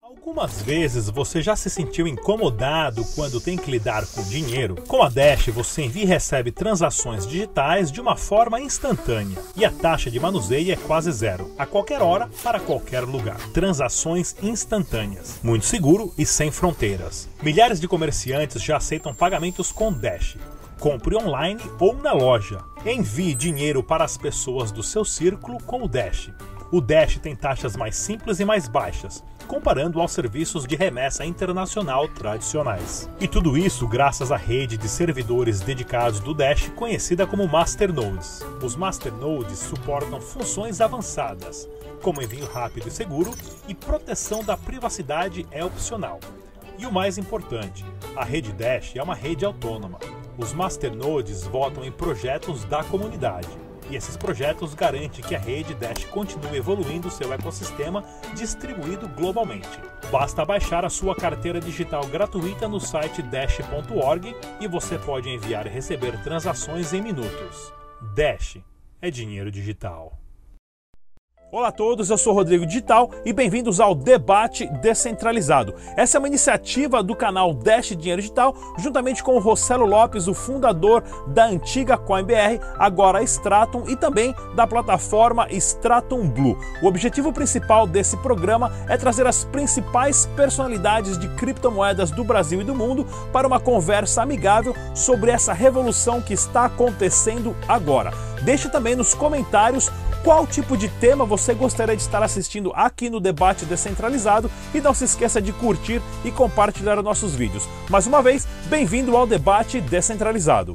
Algumas vezes você já se sentiu incomodado quando tem que lidar com dinheiro? Com a Dash você envia e recebe transações digitais de uma forma instantânea e a taxa de manuseio é quase zero, a qualquer hora, para qualquer lugar. Transações instantâneas, muito seguro e sem fronteiras. Milhares de comerciantes já aceitam pagamentos com Dash. Compre online ou na loja. Envie dinheiro para as pessoas do seu círculo com o Dash. O Dash tem taxas mais simples e mais baixas, comparando aos serviços de remessa internacional tradicionais. E tudo isso graças à rede de servidores dedicados do Dash, conhecida como Masternodes. Os Masternodes suportam funções avançadas, como envio rápido e seguro, e proteção da privacidade é opcional. E o mais importante, a rede Dash é uma rede autônoma. Os Masternodes votam em projetos da comunidade. E esses projetos garantem que a rede Dash continue evoluindo seu ecossistema distribuído globalmente. Basta baixar a sua carteira digital gratuita no site dash.org e você pode enviar e receber transações em minutos. Dash é dinheiro digital. Olá a todos, eu sou Rodrigo Digital e bem-vindos ao Debate Descentralizado. Essa é uma iniciativa do canal Dash Dinheiro Digital, juntamente com o Rossello Lopes, o fundador da antiga CoinBR, agora Stratum, e também da plataforma Stratum Blue. O objetivo principal desse programa é trazer as principais personalidades de criptomoedas do Brasil e do mundo para uma conversa amigável sobre essa revolução que está acontecendo agora. Deixe também nos comentários qual tipo de tema você gostaria de estar assistindo aqui no Debate Descentralizado e não se esqueça de curtir e compartilhar os nossos vídeos. Mais uma vez, bem-vindo ao Debate Descentralizado.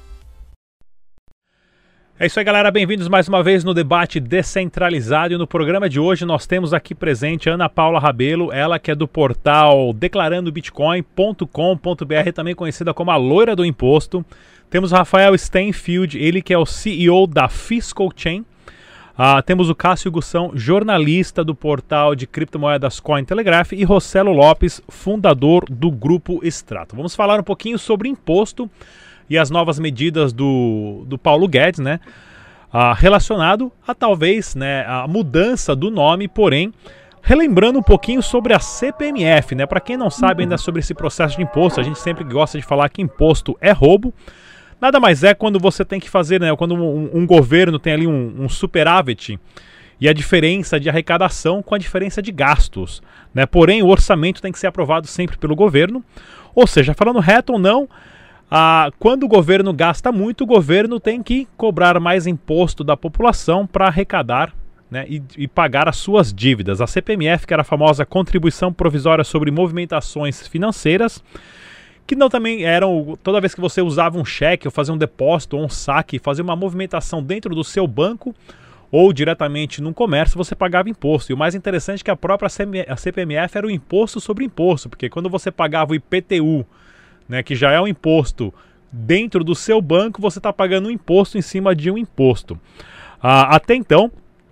É isso aí, galera, bem-vindos mais uma vez no Debate Descentralizado e no programa de hoje nós temos aqui presente a Ana Paula Rabelo, ela que é do portal declarandobitcoin.com.br, também conhecida como a loira do imposto. Temos o Rafael Steinfield, ele que é o CEO da Fiscal Chain. Temos o Cássio Gussão, jornalista do portal de criptomoedas Cointelegraph, e Rossello Lopes, fundador do grupo Stratum. Vamos falar um pouquinho sobre imposto e as novas medidas do Paulo Guedes, né? Relacionado a talvez, né, a mudança do nome, porém relembrando um pouquinho sobre a CPMF, né? Para quem não sabe ainda sobre esse processo de imposto, a gente sempre gosta de falar que imposto é roubo. Nada mais é quando você tem que fazer, né, quando um governo tem ali um superávit e a diferença de arrecadação com a diferença de gastos, né? Porém, o orçamento tem que ser aprovado sempre pelo governo. Ou seja, falando reto ou não, quando o governo gasta muito, o governo tem que cobrar mais imposto da população para arrecadar, né, e pagar as suas dívidas. A CPMF, que era a famosa Contribuição Provisória sobre Movimentações Financeiras, que não também eram, toda vez que você usava um cheque ou fazia um depósito ou um saque, fazia uma movimentação dentro do seu banco ou diretamente num comércio, você pagava imposto. E o mais interessante é que a própria CPMF era o imposto sobre imposto, porque quando você pagava o IPTU, né, que já é um imposto dentro do seu banco, você está pagando um imposto em cima de um imposto. Até então,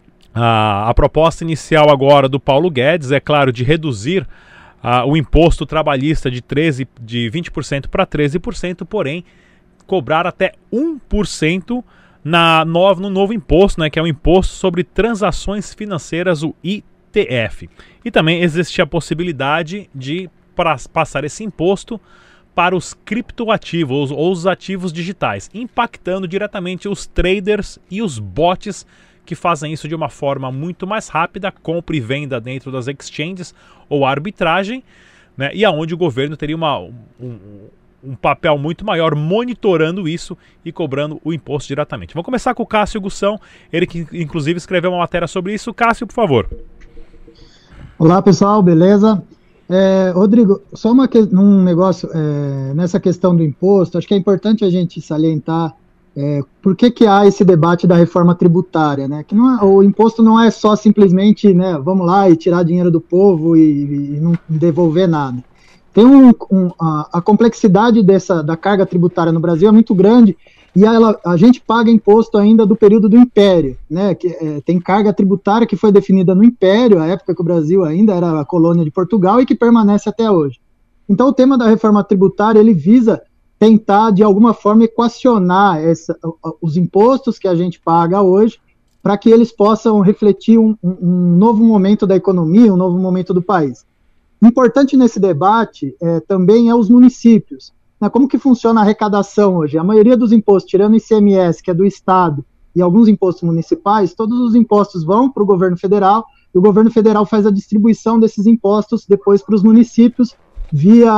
a proposta inicial agora do Paulo Guedes é, claro, de reduzir o imposto trabalhista de 20% para 13%, porém cobrar até 1% no novo imposto, né, que é o Imposto sobre Transações Financeiras, o ITF. E também existe a possibilidade de passar esse imposto para os criptoativos ou os ativos digitais, impactando diretamente os traders e os bots que fazem isso de uma forma muito mais rápida, compra e venda dentro das exchanges ou arbitragem, né, e aonde o governo teria um papel muito maior monitorando isso e cobrando o imposto diretamente. Vamos começar com o Cássio Gussão, ele que inclusive escreveu uma matéria sobre isso. Cássio, por favor. Olá pessoal, beleza? Rodrigo, só um negócio nessa questão do imposto, acho que é importante a gente salientar por que há esse debate da reforma tributária, né? Que o imposto não é só simplesmente, né, vamos lá e tirar dinheiro do povo e não devolver nada. Tem a complexidade da carga tributária no Brasil é muito grande e a gente paga imposto ainda do período do Império, né? Tem carga tributária que foi definida no Império, a época que o Brasil ainda era a colônia de Portugal e que permanece até hoje. Então o tema da reforma tributária ele visa tentar, de alguma forma, equacionar os impostos que a gente paga hoje para que eles possam refletir um novo momento da economia, um novo momento do país. Importante nesse debate também é os municípios. Né? Como que funciona a arrecadação hoje? A maioria dos impostos, tirando o ICMS, que é do Estado, e alguns impostos municipais, todos os impostos vão para o governo federal, e o governo federal faz a distribuição desses impostos depois para os municípios, via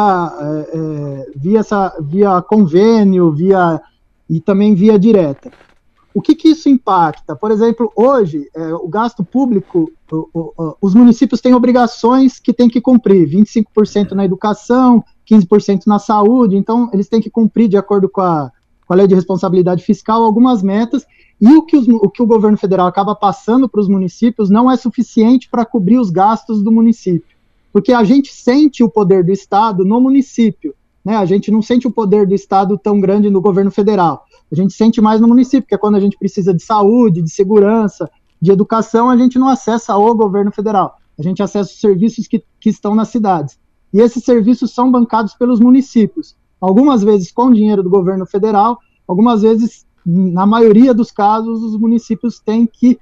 convênio, e também via direta. O que isso impacta? Por exemplo, hoje, o gasto público, os municípios têm obrigações que têm que cumprir, 25% na educação, 15% na saúde, então eles têm que cumprir, de acordo com a lei de responsabilidade fiscal, algumas metas, e o que o governo federal acaba passando para os municípios não é suficiente para cobrir os gastos do município, porque a gente sente o poder do Estado no município, né? A gente não sente o poder do Estado tão grande no governo federal, a gente sente mais no município, que é quando a gente precisa de saúde, de segurança, de educação, a gente não acessa o governo federal, a gente acessa os serviços que estão nas cidades, e esses serviços são bancados pelos municípios, algumas vezes com dinheiro do governo federal, algumas vezes, na maioria dos casos, os municípios têm que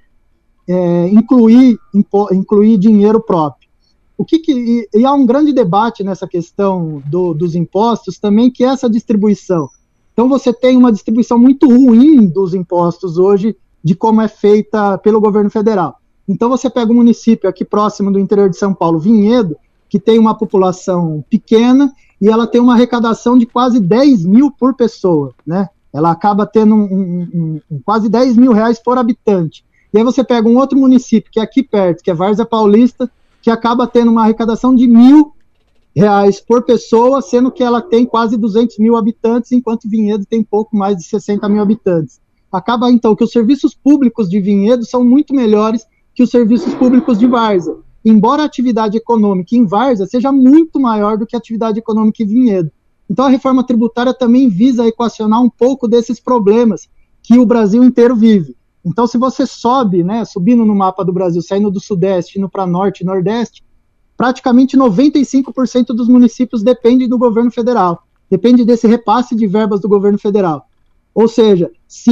incluir dinheiro próprio. E há um grande debate nessa questão dos impostos também, que é essa distribuição. Então você tem uma distribuição muito ruim dos impostos hoje, de como é feita pelo governo federal. Então você pega um município aqui próximo do interior de São Paulo, Vinhedo, que tem uma população pequena, e ela tem uma arrecadação de quase 10 mil por pessoa, né? Ela acaba tendo quase 10 mil reais por habitante. E aí você pega um outro município, que é aqui perto, que é Várzea Paulista, que acaba tendo uma arrecadação de R$1.000 por pessoa, sendo que ela tem quase 200 mil habitantes, enquanto Vinhedo tem pouco mais de 60 mil habitantes. Acaba, então, que os serviços públicos de Vinhedo são muito melhores que os serviços públicos de Várzea, embora a atividade econômica em Várzea seja muito maior do que a atividade econômica em Vinhedo. Então, a reforma tributária também visa equacionar um pouco desses problemas que o Brasil inteiro vive. Então, se você sobe, né, subindo no mapa do Brasil, saindo do Sudeste, indo para Norte e Nordeste, praticamente 95% dos municípios dependem do governo federal, depende desse repasse de verbas do governo federal. Ou seja,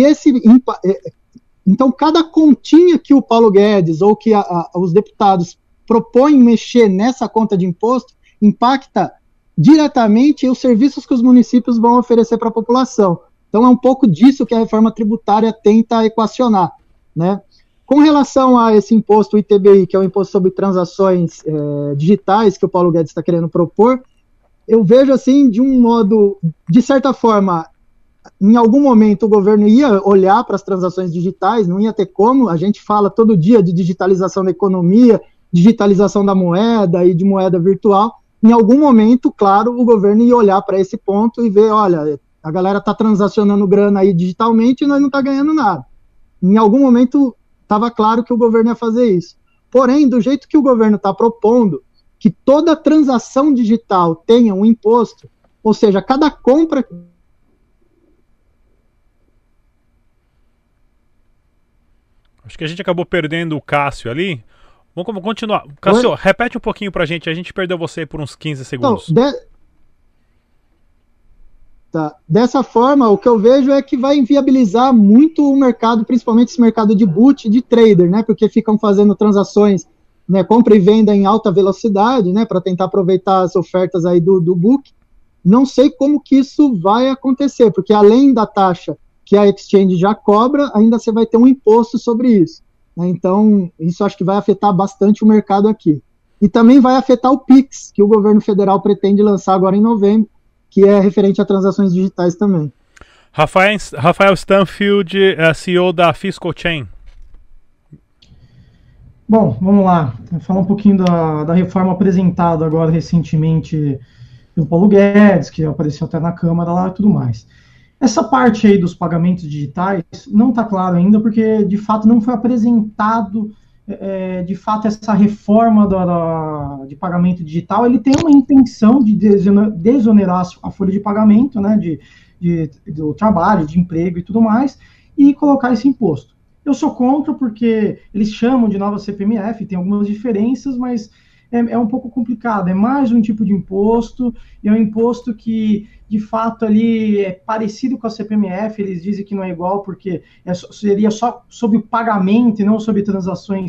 então cada continha que o Paulo Guedes ou que os deputados propõem mexer nessa conta de imposto impacta diretamente os serviços que os municípios vão oferecer para a população. Então é um pouco disso que a reforma tributária tenta equacionar, né? Com relação a esse imposto, o ITBI, que é o Imposto sobre Transações Digitais, que o Paulo Guedes está querendo propor, eu vejo assim, de um modo, de certa forma, em algum momento o governo ia olhar para as transações digitais, não ia ter como, a gente fala todo dia de digitalização da economia, digitalização da moeda e de moeda virtual, em algum momento, claro, o governo ia olhar para esse ponto e ver, olha, a galera está transacionando grana aí digitalmente e nós não está ganhando nada. Em algum momento estava claro que o governo ia fazer isso. Porém, do jeito que o governo está propondo, que toda transação digital tenha um imposto, ou seja, cada compra... Acho que a gente acabou perdendo o Cássio ali. Vamos continuar. Cássio, repete um pouquinho pra gente. A gente perdeu você por uns 15 segundos. Então, dessa forma, o que eu vejo é que vai inviabilizar muito o mercado, principalmente esse mercado de boot, de trader, né? Porque ficam fazendo transações, né, compra e venda em alta velocidade, né? Para tentar aproveitar as ofertas aí do book. Não sei como que isso vai acontecer, porque além da taxa que a exchange já cobra, ainda você vai ter um imposto sobre isso. Então, isso acho que vai afetar bastante o mercado aqui. E também vai afetar o PIX, que o governo federal pretende lançar agora em novembro, que é referente a transações digitais também. Rafael Stanfield, CEO da Fiscal Chain. Bom, vamos lá. Vou falar um pouquinho da reforma apresentada agora recentemente pelo Paulo Guedes, que apareceu até na Câmara lá e tudo mais. Essa parte aí dos pagamentos digitais não está claro ainda, porque de fato não foi apresentado de fato essa reforma de pagamento digital. Ele tem uma intenção de desonerar a folha de pagamento, né, do trabalho, de emprego e tudo mais, e colocar esse imposto. Eu sou contra porque eles chamam de nova CPMF, tem algumas diferenças, mas é um pouco complicado. É mais um tipo de imposto, e é um imposto que, de fato, ali é parecido com a CPMF. Eles dizem que não é igual porque seria só sobre o pagamento e não sobre transações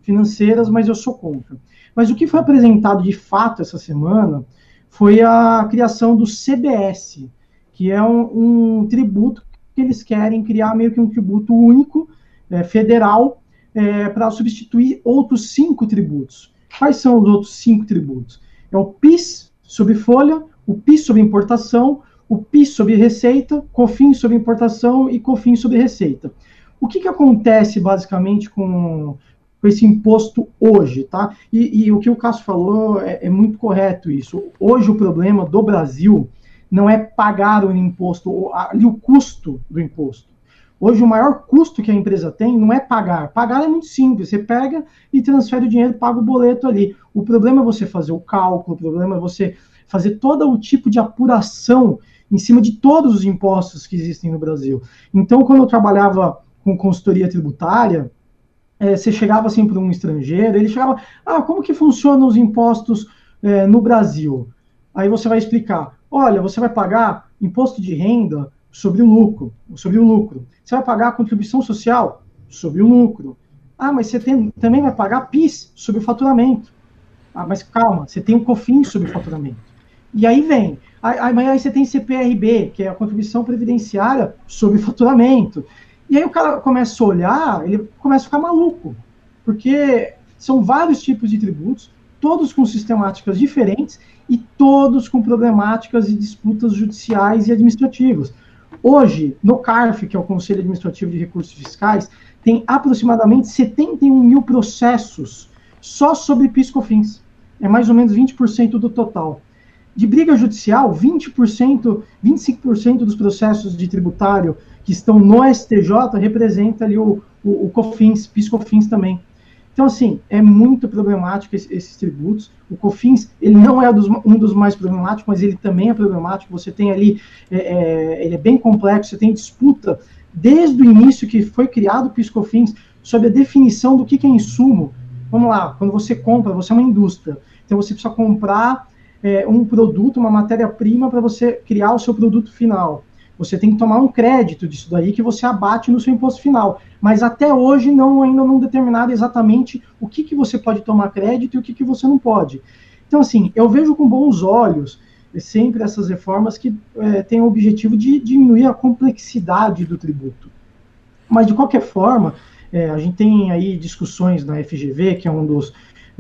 financeiras, mas eu sou contra. Mas o que foi apresentado de fato essa semana foi a criação do CBS, que é um tributo que eles querem criar, meio que um tributo único, federal, para substituir outros 5 tributos. Quais são os outros 5 tributos? É o PIS sobre folha, o PIS sobre importação, o PIS sobre receita, COFINS sobre importação e COFINS sobre receita. O que acontece basicamente com esse imposto hoje, tá? E o que o Cássio falou é muito correto isso. Hoje o problema do Brasil não é pagar o imposto, ali o custo do imposto. Hoje o maior custo que a empresa tem não é pagar. Pagar é muito simples, você pega e transfere o dinheiro, paga o boleto ali. O problema é você fazer o cálculo, o problema é você fazer todo o tipo de apuração em cima de todos os impostos que existem no Brasil. Então, quando eu trabalhava com consultoria tributária, você chegava assim para um estrangeiro, ele chegava, como que funcionam os impostos no Brasil? Aí você vai explicar, olha, você vai pagar imposto de renda sobre o lucro. Você vai pagar a contribuição social sobre o lucro. Mas você também vai pagar PIS sobre o faturamento. Mas calma, você tem o COFINS sobre o faturamento. E aí vem, aí você tem CPRB, que é a contribuição previdenciária sobre o faturamento. E aí o cara começa a olhar, ele começa a ficar maluco, porque são vários tipos de tributos, todos com sistemáticas diferentes e todos com problemáticas e disputas judiciais e administrativas. Hoje, no CARF, que é o Conselho Administrativo de Recursos Fiscais, tem aproximadamente 71 mil processos só sobre PIS/COFINS. É mais ou menos 20% do total. De briga judicial, 25% dos processos de tributário que estão no STJ representa ali o COFINS, PIS/COFINS também. Então, assim, é muito problemático esses tributos. O COFINS, ele não é um dos mais problemáticos, mas ele também é problemático. Você tem ali, ele é bem complexo, você tem disputa desde o início que foi criado o PIS/COFINS sobre a definição do que é insumo. Vamos lá, quando você compra, você é uma indústria, então você precisa comprar um produto, uma matéria-prima para você criar o seu produto final. Você tem que tomar um crédito disso daí que você abate no seu imposto final. Mas até hoje ainda não determinaram exatamente o que você pode tomar crédito e o que você não pode. Então, assim, eu vejo com bons olhos sempre essas reformas que têm o objetivo de diminuir a complexidade do tributo. Mas, de qualquer forma, a gente tem aí discussões na FGV, que é dos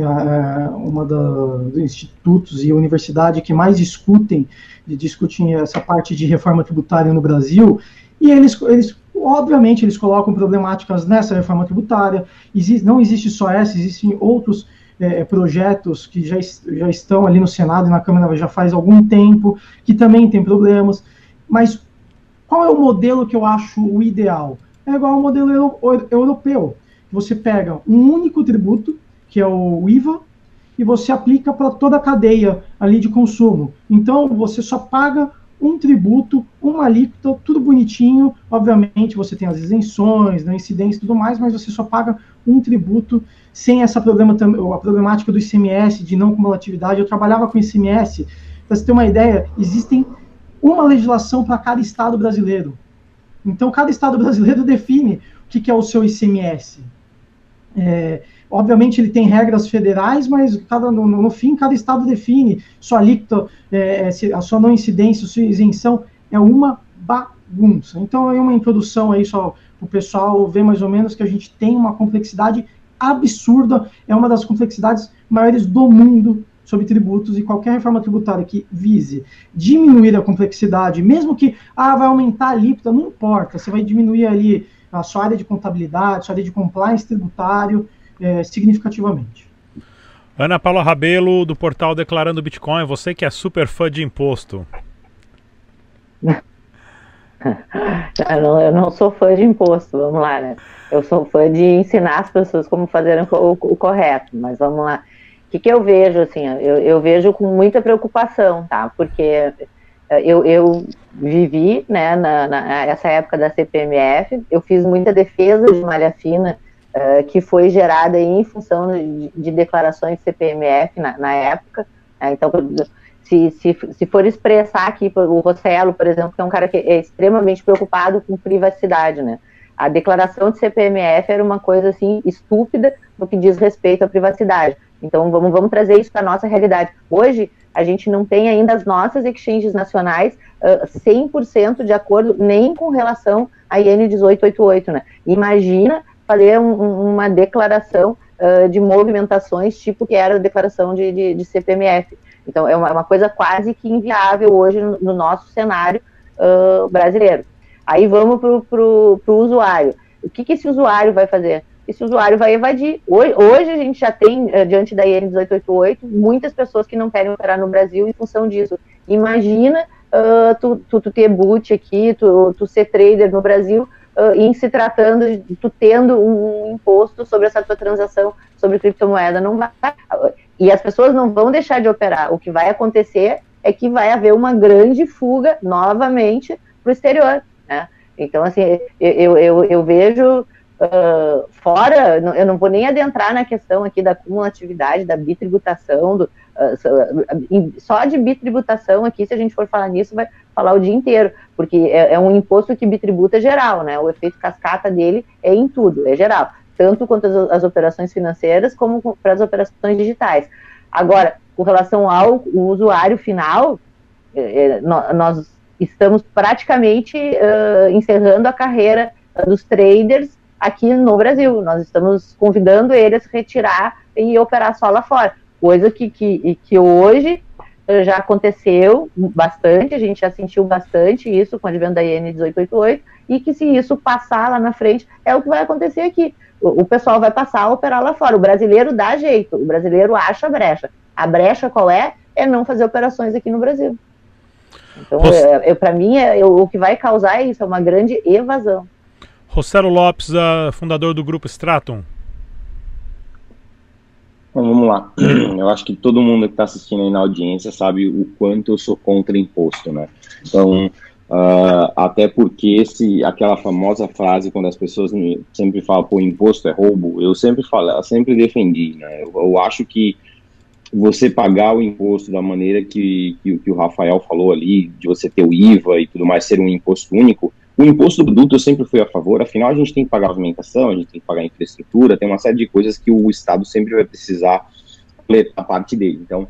institutos e universidade que mais discutem essa parte de reforma tributária no Brasil, e eles obviamente, eles colocam problemáticas nessa reforma tributária. Não existe só essa, existem outros projetos que já estão ali no Senado e na Câmara já faz algum tempo, que também tem problemas. Mas qual é o modelo que eu acho o ideal? É igual ao modelo europeu. Você pega um único tributo, que é o IVA, e você aplica para toda a cadeia ali de consumo. Então, você só paga um tributo, uma alíquota, tudo bonitinho. Obviamente, você tem as isenções, a incidência e tudo mais, mas você só paga um tributo, sem a problemática do ICMS, de não cumulatividade. Eu trabalhava com ICMS, para você ter uma ideia, existem uma legislação para cada estado brasileiro. Então, cada estado brasileiro define o que é o seu ICMS. Obviamente ele tem regras federais, mas no fim cada estado define sua alíquota, a sua não incidência, sua isenção, é uma bagunça. Então é uma introdução aí só para o pessoal ver mais ou menos que a gente tem uma complexidade absurda, é uma das complexidades maiores do mundo sobre tributos, e qualquer reforma tributária que vise diminuir a complexidade, mesmo que vai aumentar a alíquota, não importa, você vai diminuir ali a sua área de contabilidade, sua área de compliance tributário, significativamente. Ana Paula Rabelo, do portal Declarando Bitcoin, você que é super fã de imposto. Eu não sou fã de imposto, vamos lá, né? Eu sou fã de ensinar as pessoas como fazer o correto, mas vamos lá. O que eu vejo, assim, eu vejo com muita preocupação, tá? Porque eu vivi, né, essa época da CPMF, eu fiz muita defesa de malha fina, que foi gerada em função de declarações de CPMF na época. Então, se for expressar aqui o Rossello, por exemplo, que é um cara que é extremamente preocupado com privacidade, né? a declaração de CPMF era uma coisa assim estúpida no que diz respeito à privacidade. Então vamos trazer isso para a nossa realidade. Hoje a gente não tem ainda as nossas exchanges nacionais 100% de acordo nem com relação à IN 1888, né? Imagina fazer uma declaração de movimentações tipo que era a declaração de CPMF. Então é uma coisa quase que inviável hoje no nosso cenário brasileiro. Aí vamos para o usuário. O que esse usuário vai fazer? Esse usuário vai evadir. Hoje a gente já tem, diante da IN 1888, muitas pessoas que não querem operar no Brasil em função disso. Imagina tu ter boot aqui, tu ser trader no Brasil, em se tratando de tu tendo um imposto sobre essa tua transação sobre criptomoeda. Não vai. E as pessoas não vão deixar de operar. O que vai acontecer é que vai haver uma grande fuga novamente para o exterior, né? Então, assim, eu vejo fora, eu não vou nem adentrar na questão aqui da cumulatividade, da bitributação, só de bitributação aqui, se a gente for falar nisso, vai falar o dia inteiro, porque é um imposto que bitributa geral, né? O efeito cascata dele é em tudo, é geral, tanto quanto as operações financeiras, como para as operações digitais. Agora, com relação ao usuário final, nós estamos praticamente encerrando a carreira dos traders aqui no Brasil. Nós estamos convidando eles a se retirar e operar só lá fora. Coisa que hoje já aconteceu bastante, a gente já sentiu bastante isso com o advento da IN 1888, e que se isso passar lá na frente, é o que vai acontecer aqui. O pessoal vai passar a operar lá fora. O brasileiro dá jeito, o brasileiro acha a brecha. A brecha qual é? É não fazer operações aqui no Brasil. Então, para mim, o que vai causar é isso, é uma grande evasão. Rossello Lopes, fundador do Grupo Stratum. Bom, vamos lá. Eu acho que todo mundo que está assistindo aí na audiência sabe o quanto eu sou contra imposto, né? Então, até porque aquela famosa frase, quando as pessoas sempre falam, pô, imposto é roubo, eu sempre defendi, né? Eu acho que você pagar o imposto da maneira que o Rafael falou ali, de você ter o IVA e tudo mais, ser um imposto único, o imposto do produto eu sempre fui a favor, afinal a gente tem que pagar a pavimentação, a gente tem que pagar a infraestrutura, tem uma série de coisas que o Estado sempre vai precisar completar a parte dele. Então,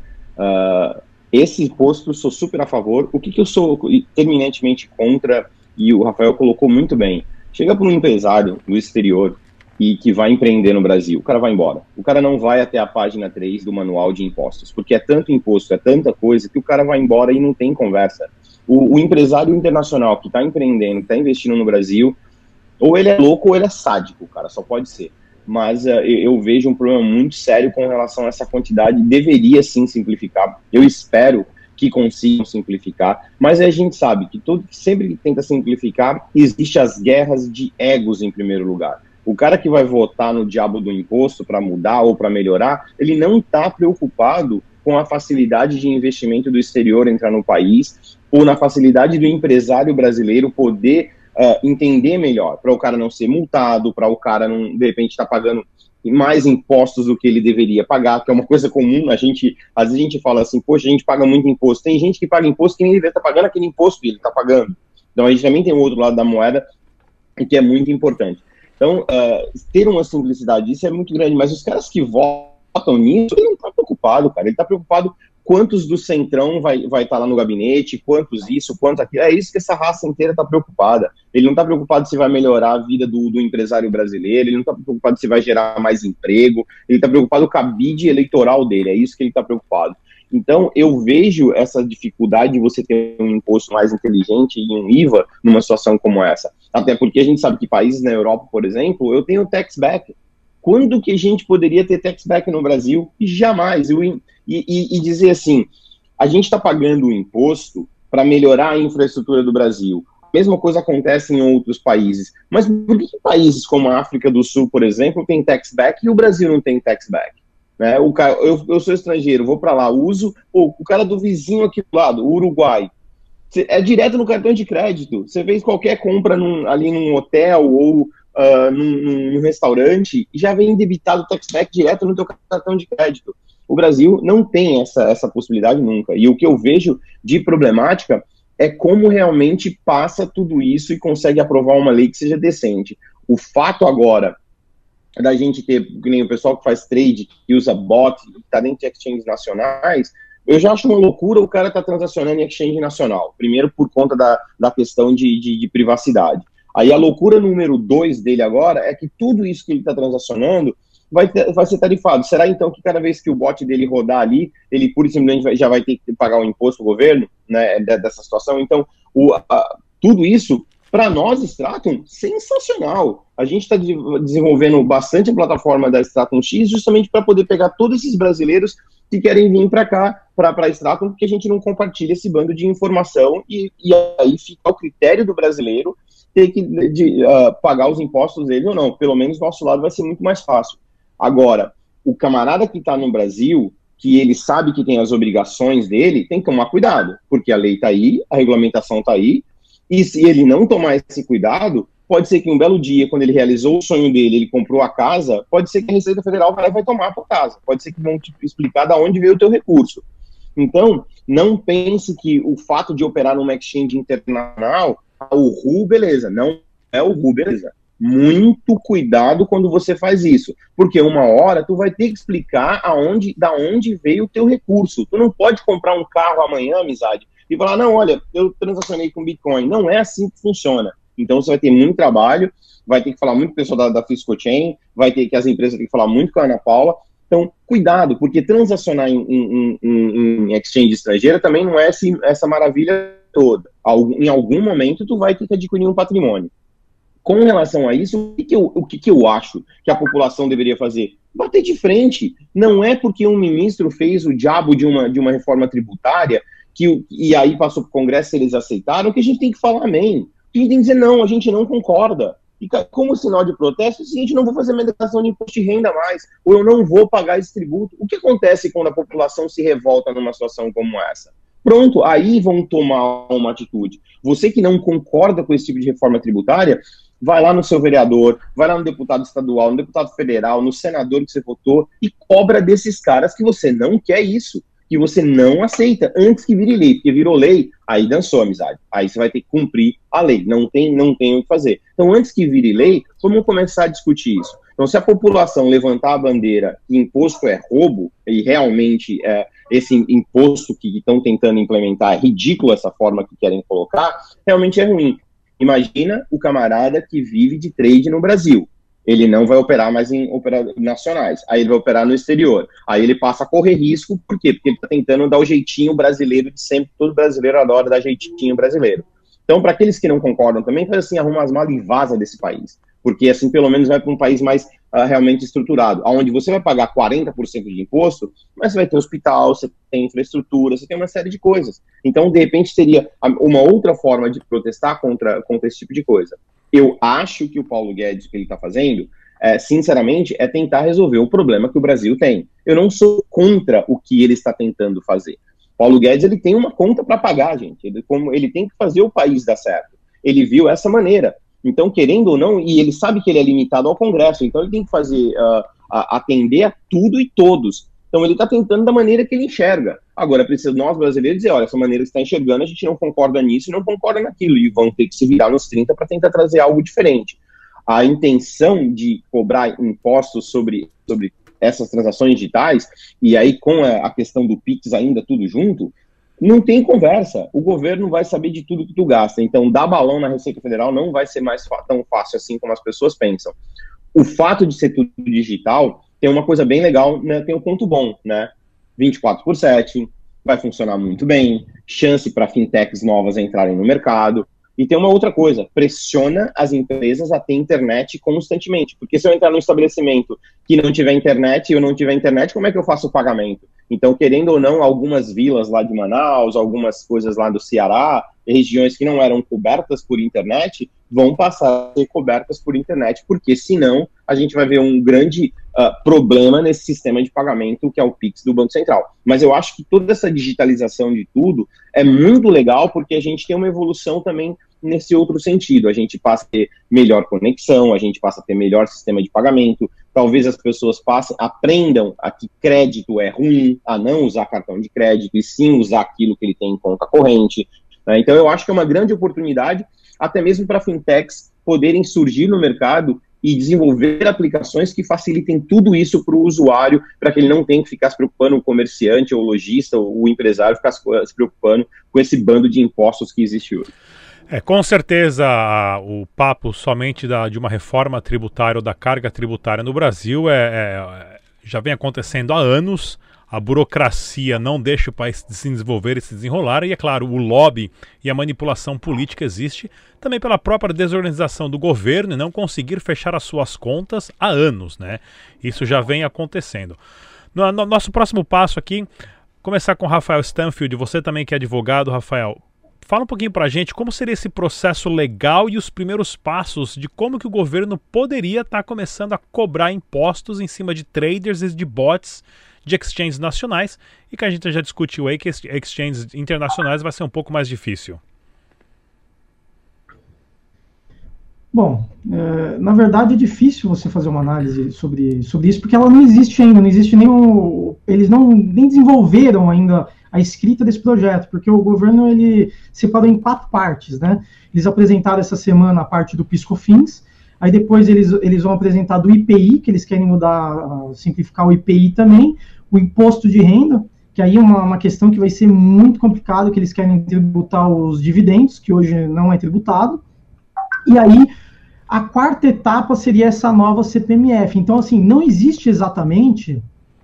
esse imposto eu sou super a favor. O que eu sou terminantemente contra, e o Rafael colocou muito bem, chega para um empresário do exterior e que vai empreender no Brasil, o cara vai embora. O cara não vai até a página 3 do manual de impostos, porque é tanto imposto, é tanta coisa, que o cara vai embora e não tem conversa. O empresário internacional que está empreendendo, que está investindo no Brasil, ou ele é louco ou ele é sádico, cara, só pode ser. Mas eu vejo um problema muito sério com relação a essa quantidade. Deveria sim simplificar, eu espero que consigam simplificar, mas a gente sabe que sempre que tenta simplificar, existe as guerras de egos em primeiro lugar. O cara que vai votar no diabo do imposto para mudar ou para melhorar, ele não está preocupado com a facilidade de investimento do exterior entrar no país, ou na facilidade do empresário brasileiro poder entender melhor, para o cara não ser multado, para o cara não, de repente, estar pagando mais impostos do que ele deveria pagar, que é uma coisa comum. Às vezes a gente fala assim, poxa, a gente paga muito imposto. Tem gente que paga imposto que nem deveria estar pagando aquele imposto que ele está pagando. Então a gente também tem o outro lado da moeda, que é muito importante. Então, ter uma simplicidade disso é muito grande, mas os caras que votam nisso, ele não está preocupado, cara. Ele está preocupado quantos do Centrão vai estar lá no gabinete, quantos isso, quantos aquilo. É isso que essa raça inteira está preocupada. Ele não está preocupado se vai melhorar a vida do empresário brasileiro, ele não está preocupado se vai gerar mais emprego, ele está preocupado com a bid eleitoral dele, é isso que ele está preocupado. Então, eu vejo essa dificuldade de você ter um imposto mais inteligente e um IVA numa situação como essa. Até porque a gente sabe que países na Europa, por exemplo, eu tenho tax back. Quando que a gente poderia ter tax back no Brasil? Jamais. E dizer assim, a gente está pagando o imposto para melhorar a infraestrutura do Brasil. A mesma coisa acontece em outros países. Mas por que países como a África do Sul, por exemplo, tem tax back e o Brasil não tem tax back? Né? Eu sou estrangeiro, vou para lá, uso o cara do vizinho aqui do lado, o Uruguai. É direto no cartão de crédito. Você fez qualquer compra ali num hotel ou num restaurante e já vem debitado o tax back direto no teu cartão de crédito. O Brasil não tem essa possibilidade nunca. E o que eu vejo de problemática é como realmente passa tudo isso e consegue aprovar uma lei que seja decente. O fato agora da gente ter, que nem o pessoal que faz trade, que usa bot, que está dentro de exchanges nacionais, eu já acho uma loucura o cara tá transacionando em exchange nacional. Primeiro, por conta da questão de privacidade. Aí a loucura número 2 dele agora é que tudo isso que ele está transacionando vai ser tarifado. Será então que cada vez que o bot dele rodar ali, ele pura e simplesmente já vai ter que pagar o imposto ao governo, né, dessa situação? Então, tudo isso, para nós, Stratum, sensacional. A gente está desenvolvendo bastante a plataforma da Stratum X justamente para poder pegar todos esses brasileiros que querem vir para cá, para a Stratum, porque a gente não compartilha esse bando de informação e aí fica ao critério do brasileiro ter que pagar os impostos dele ou não. Pelo menos do nosso lado vai ser muito mais fácil. Agora, o camarada que está no Brasil, que ele sabe que tem as obrigações dele, tem que tomar cuidado, porque a lei está aí, a regulamentação está aí, e se ele não tomar esse cuidado, pode ser que um belo dia, quando ele realizou o sonho dele, ele comprou a casa, pode ser que a Receita Federal vai tomar a tua casa, pode ser que vão te explicar de onde veio o teu recurso. Então, não pense que o fato de operar numa exchange internacional, o RU, beleza, não é o RU, beleza. Muito cuidado quando você faz isso, porque uma hora tu vai ter que explicar da onde veio o teu recurso. Tu não pode comprar um carro amanhã, amizade, e falar, não, olha, eu transacionei com Bitcoin. Não é assim que funciona. Então você vai ter muito trabalho, vai ter que falar muito com o pessoal da Fiscal Chain, vai ter que as empresas têm que falar muito com a Ana Paula. Então, cuidado, porque transacionar em exchange estrangeira também não é essa maravilha toda. Em algum momento tu vai ter que adquirir um patrimônio. Com relação a isso, o que eu acho que a população deveria fazer? Bater de frente. Não é porque um ministro fez o diabo de uma reforma tributária e aí passou para o Congresso e eles aceitaram que a gente tem que falar amém. A gente tem que dizer não, a gente não concorda. E como sinal de protesto, é o seguinte, não vou fazer minha declaração de imposto de renda mais, ou eu não vou pagar esse tributo. O que acontece quando a população se revolta numa situação como essa? Pronto, aí vão tomar uma atitude. Você que não concorda com esse tipo de reforma tributária, vai lá no seu vereador, vai lá no deputado estadual, no deputado federal, no senador que você votou e cobra desses caras que você não quer isso, que você não aceita antes que vire lei, porque virou lei, aí dançou, amizade. Aí você vai ter que cumprir a lei, não tem o que fazer. Então, antes que vire lei, vamos começar a discutir isso. Então, se a população levantar a bandeira que imposto é roubo, e realmente esse imposto que estão tentando implementar é ridículo, essa forma que querem colocar, realmente é ruim. Imagina o camarada que vive de trade no Brasil. Ele não vai operar mais em nacionais. Aí ele vai operar no exterior. Aí ele passa a correr risco. Por quê? Porque ele está tentando dar o jeitinho brasileiro de sempre. Todo brasileiro adora dar jeitinho brasileiro. Então, para aqueles que não concordam também, faz assim, arruma as malas e vaza desse país. Porque assim, pelo menos, vai para um país mais realmente estruturado, onde você vai pagar 40% de imposto, mas você vai ter hospital, você tem infraestrutura, você tem uma série de coisas. Então, de repente, seria uma outra forma de protestar contra esse tipo de coisa. Eu acho que o Paulo Guedes, o que ele está fazendo, sinceramente, é tentar resolver o problema que o Brasil tem. Eu não sou contra o que ele está tentando fazer. Paulo Guedes, ele tem uma conta para pagar, gente. Ele tem que fazer o país dar certo. Ele viu essa maneira. Então, querendo ou não, e ele sabe que ele é limitado ao Congresso, então ele tem que fazer, atender a tudo e todos. Então, ele está tentando da maneira que ele enxerga. Agora, precisa nós, brasileiros, dizer, olha, essa maneira que você está enxergando, a gente não concorda nisso e não concorda naquilo, e vão ter que se virar nos 30 para tentar trazer algo diferente. A intenção de cobrar impostos sobre essas transações digitais, e aí com a questão do PIX ainda tudo junto, não tem conversa. O governo vai saber de tudo que tu gasta. Então, dar balão na Receita Federal não vai ser mais tão fácil assim como as pessoas pensam. O fato de ser tudo digital tem uma coisa bem legal, né? Tem um ponto bom, né? 24/7, vai funcionar muito bem, chance para fintechs novas entrarem no mercado. E tem uma outra coisa, pressiona as empresas a ter internet constantemente. Porque se eu entrar num estabelecimento que não tiver internet e eu não tiver internet, como é que eu faço o pagamento? Então, querendo ou não, algumas vilas lá de Manaus, algumas coisas lá do Ceará, regiões que não eram cobertas por internet, vão passar a ser cobertas por internet, porque senão a gente vai ver um grande problema nesse sistema de pagamento que é o Pix do Banco Central. Mas eu acho que toda essa digitalização de tudo é muito legal, porque a gente tem uma evolução também nesse outro sentido. A gente passa a ter melhor conexão, a gente passa a ter melhor sistema de pagamento, talvez as pessoas aprendam a que crédito é ruim, a não usar cartão de crédito, e sim usar aquilo que ele tem em conta corrente. Então eu acho que é uma grande oportunidade, até mesmo para fintechs poderem surgir no mercado e desenvolver aplicações que facilitem tudo isso para o usuário, para que ele não tenha que ficar se preocupando, o comerciante, ou o lojista, ou o empresário, ficar se preocupando com esse bando de impostos que existe hoje. Com certeza o papo somente de uma reforma tributária ou da carga tributária no Brasil já vem acontecendo há anos. A burocracia não deixa o país se desenvolver e se desenrolar, e é claro, o lobby e a manipulação política existe também pela própria desorganização do governo e não conseguir fechar as suas contas há anos, né? Isso já vem acontecendo. No nosso próximo passo aqui, começar com o Rafael Stanfield, você também que é advogado, Rafael. Fala um pouquinho pra gente como seria esse processo legal e os primeiros passos de como que o governo poderia estar começando a cobrar impostos em cima de traders e de bots de exchanges nacionais, e que a gente já discutiu aí que exchanges internacionais vai ser um pouco mais difícil. Bom, na verdade é difícil você fazer uma análise sobre isso, porque ela não existe ainda, não existe eles nem desenvolveram ainda a escrita desse projeto, porque o governo ele separou em 4 partes, né? Eles apresentaram essa semana a parte do PIS/COFINS, aí depois eles vão apresentar do IPI, que eles querem simplificar o IPI também, o imposto de renda, que aí é uma questão que vai ser muito complicado, que eles querem tributar os dividendos, que hoje não é tributado, e aí a 4ª etapa seria essa nova CPMF. Então, assim, não existe exatamente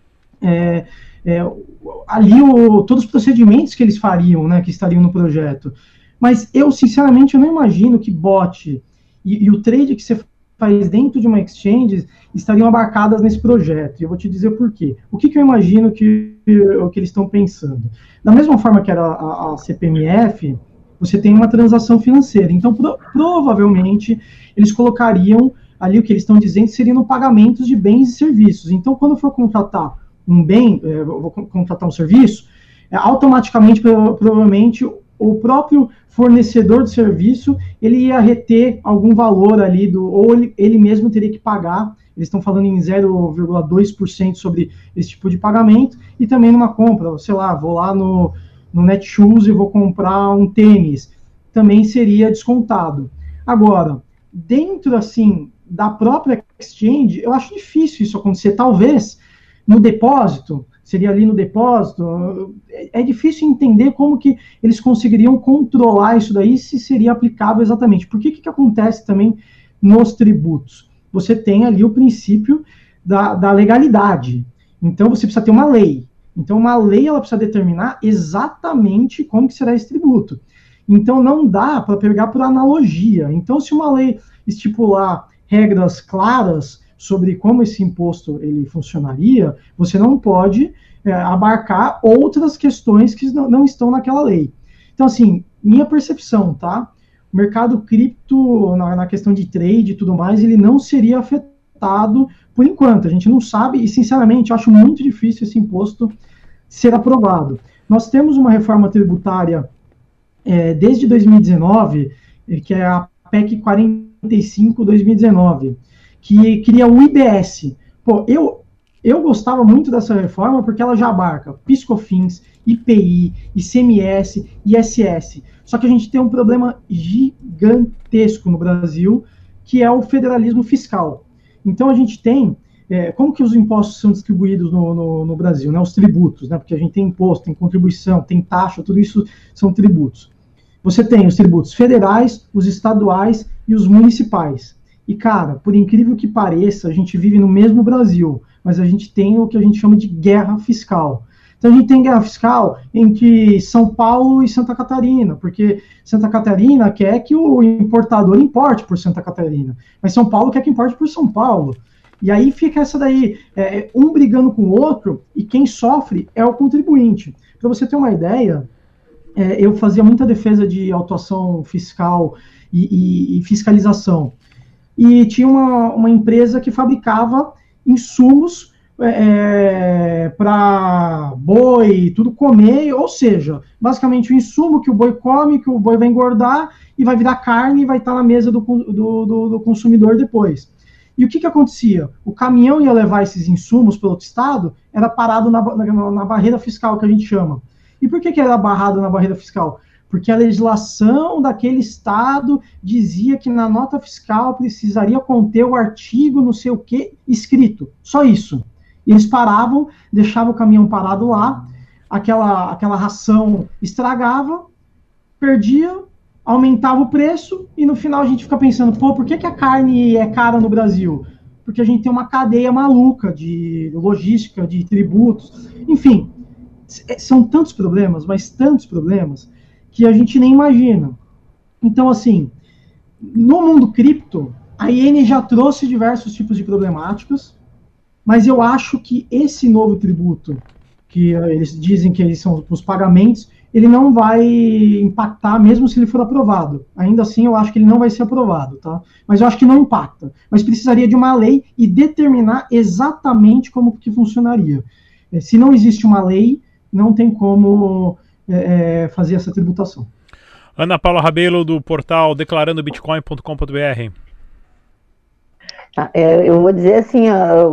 ali todos os procedimentos que eles fariam, né, que estariam no projeto. Mas eu, sinceramente, eu não imagino que bot e o trade que você faz dentro de uma exchange estariam abarcadas nesse projeto. E eu vou te dizer por quê. O que eu imagino que eles estão pensando? Da mesma forma que era a CPMF, você tem uma transação financeira. Então, provavelmente, eles colocariam ali o que eles estão dizendo seriam no pagamentos de bens e serviços. Então, quando eu for contratar um bem, vou contratar um serviço, automaticamente, provavelmente, o próprio fornecedor de serviço, ele ia reter algum valor ali, ou ele mesmo teria que pagar. Eles estão falando em 0,2% sobre esse tipo de pagamento, e também numa compra, sei lá, vou lá no Netshoes e vou comprar um tênis, também seria descontado. Agora, dentro, assim, da própria exchange, eu acho difícil isso acontecer. Talvez no depósito, seria ali no depósito, é difícil entender como que eles conseguiriam controlar isso daí, se seria aplicável exatamente. Por que acontece também nos tributos? Você tem ali o princípio da legalidade. Então, você precisa ter uma lei. Então, uma lei, ela precisa determinar exatamente como que será esse tributo. Então, não dá para pegar por analogia. Então, se uma lei estipular regras claras sobre como esse imposto ele funcionaria, você não pode abarcar outras questões que não estão naquela lei. Então, assim, minha percepção, tá? O mercado cripto, na questão de trade e tudo mais, ele não seria afetado por enquanto. A gente não sabe, e sinceramente, eu acho muito difícil esse imposto ser aprovado. Nós temos uma reforma tributária desde 2019, que é a PEC 45/2019, que cria o IBS. Pô, eu gostava muito dessa reforma porque ela já abarca PIS/COFINS, IPI, ICMS, ISS. Só que a gente tem um problema gigantesco no Brasil, que é o federalismo fiscal. Então a gente tem, como que os impostos são distribuídos no Brasil, né? Os tributos, né? Porque a gente tem imposto, tem contribuição, tem taxa, tudo isso são tributos. Você tem os tributos federais, os estaduais e os municipais. E, cara, por incrível que pareça, a gente vive no mesmo Brasil, mas a gente tem o que a gente chama de guerra fiscal. Então, a gente tem guerra fiscal entre São Paulo e Santa Catarina, porque Santa Catarina quer que o importador importe por Santa Catarina, mas São Paulo quer que importe por São Paulo. E aí fica essa daí, um brigando com o outro, e quem sofre é o contribuinte. Para você ter uma ideia, eu fazia muita defesa de autuação fiscal e fiscalização. E tinha uma empresa que fabricava insumos para boi, tudo comer, ou seja, basicamente o insumo que o boi come, que o boi vai engordar e vai virar carne e vai estar na mesa do consumidor depois. E o que acontecia? O caminhão ia levar esses insumos para outro estado, era parado na barreira fiscal, que a gente chama. E por que era barrado na barreira fiscal? porque a legislação daquele estado dizia que na nota fiscal precisaria conter o artigo não sei o que escrito, só isso. E eles paravam, deixavam o caminhão parado lá, aquela ração estragava, perdia, aumentava o preço, e no final a gente fica pensando, pô, por que a carne é cara no Brasil? Porque a gente tem uma cadeia maluca de logística, de tributos, enfim, são tantos problemas, mas tantos problemas, que a gente nem imagina. Então, assim, no mundo cripto, a IN já trouxe diversos tipos de problemáticas, mas eu acho que esse novo tributo, que eles dizem que eles são os pagamentos, ele não vai impactar, mesmo se ele for aprovado. Ainda assim, eu acho que ele não vai ser aprovado, tá? Mas eu acho que não impacta. Mas precisaria de uma lei e determinar exatamente como que funcionaria. Se não existe uma lei, não tem como fazer essa tributação. Ana Paula Rabelo, do portal declarandobitcoin.com.br. Eu vou dizer assim,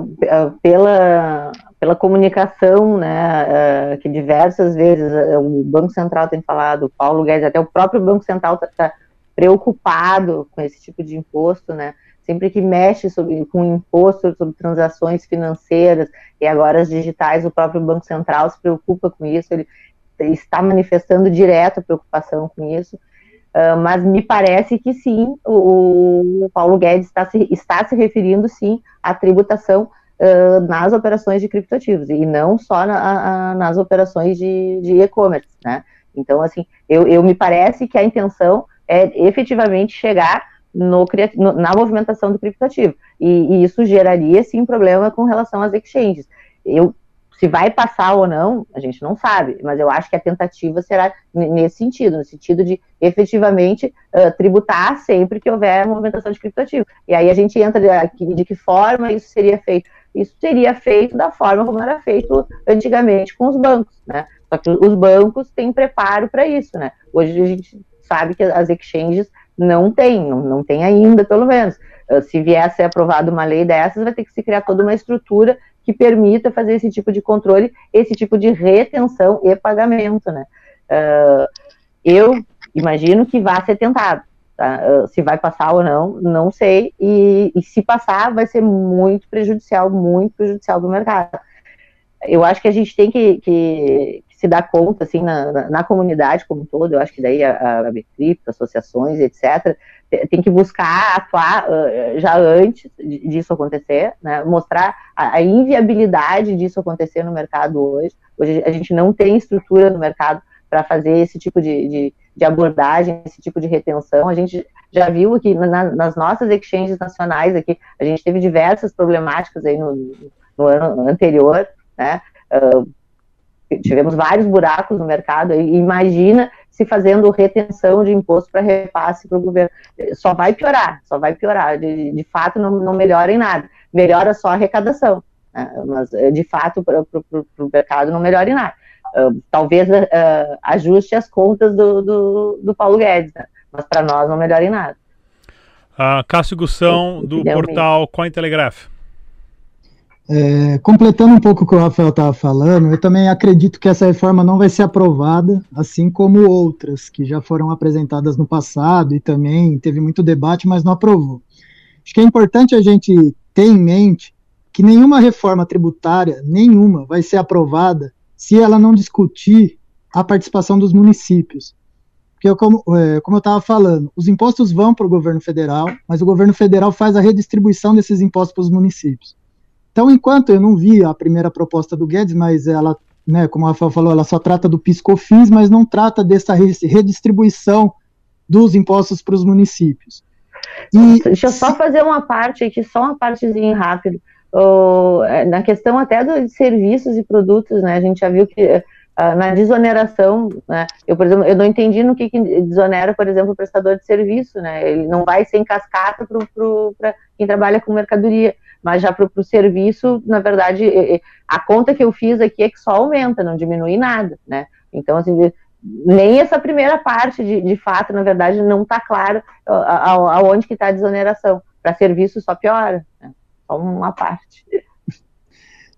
pela comunicação, né, que diversas vezes o Banco Central tem falado, o Paulo Guedes, até o próprio Banco Central está preocupado com esse tipo de imposto, né, sempre que mexe com imposto sobre transações financeiras, e agora as digitais, o próprio Banco Central se preocupa com isso, ele está manifestando direto a preocupação com isso. Mas me parece que sim, o Paulo Guedes está se referindo sim à tributação nas operações de criptoativos, e não só nas operações de e-commerce, né? Então, assim, eu me parece que a intenção é efetivamente chegar na movimentação do criptoativo, e isso geraria sim problema com relação às exchanges. Se vai passar ou não, a gente não sabe, mas eu acho que a tentativa será nesse sentido, no sentido de efetivamente tributar sempre que houver movimentação de criptoativo. E aí a gente entra de que forma isso seria feito. Isso seria feito da forma como era feito antigamente com os bancos, né? Só que os bancos têm preparo para isso, né? Hoje a gente sabe que as exchanges não tem ainda, pelo menos. Se vier a ser aprovada uma lei dessas, vai ter que se criar toda uma estrutura que permita fazer esse tipo de controle, esse tipo de retenção e pagamento, né? Eu imagino que vai ser tentado, tá? Se vai passar ou não sei, e se passar, vai ser muito prejudicial do mercado. Eu acho que a gente tem que se dar conta, assim, na comunidade como um todo, eu acho que daí a Bcrypto, associações, etc., tem que buscar atuar já antes disso acontecer, né? Mostrar a inviabilidade disso acontecer no mercado hoje. Hoje a gente não tem estrutura no mercado para fazer esse tipo de abordagem, esse tipo de retenção. A gente já viu aqui nas nossas exchanges nacionais, aqui, a gente teve diversas problemáticas aí no ano anterior, né? Tivemos vários buracos no mercado, e imagina se fazendo retenção de imposto para repasse para o governo. Só vai piorar, de fato não melhora em nada, melhora só a arrecadação, né? Mas de fato para o mercado não melhora em nada. Talvez ajuste as contas do Paulo Guedes, né? Mas para nós não melhora em nada. Cássio Gussão, do portal Cointelegraph. Completando um pouco o que o Rafael estava falando, eu também acredito que essa reforma não vai ser aprovada, assim como outras que já foram apresentadas no passado e também teve muito debate, mas não aprovou. Acho que é importante a gente ter em mente que nenhuma reforma tributária, vai ser aprovada se ela não discutir a participação dos municípios. Porque, como eu estava falando, os impostos vão para o governo federal, mas o governo federal faz a redistribuição desses impostos para os municípios. Então, enquanto eu não vi a primeira proposta do Guedes, mas ela, né, como a Rafael falou, ela só trata do PIS/COFINS, mas não trata dessa redistribuição dos impostos para os municípios. Deixa eu só fazer uma parte aqui, só uma partezinha rápido. Na questão até de serviços e produtos, né, a gente já viu que na desoneração, né, por exemplo, eu não entendi no que desonera, por exemplo, o prestador de serviço, né, ele não vai ser em cascata para quem trabalha com mercadoria, mas já para o serviço, na verdade, a conta que eu fiz aqui é que só aumenta, não diminui nada, né? Então, assim, nem essa primeira parte, de fato, na verdade, não está claro aonde que está a desoneração. Para serviço só piora, né? Só uma parte.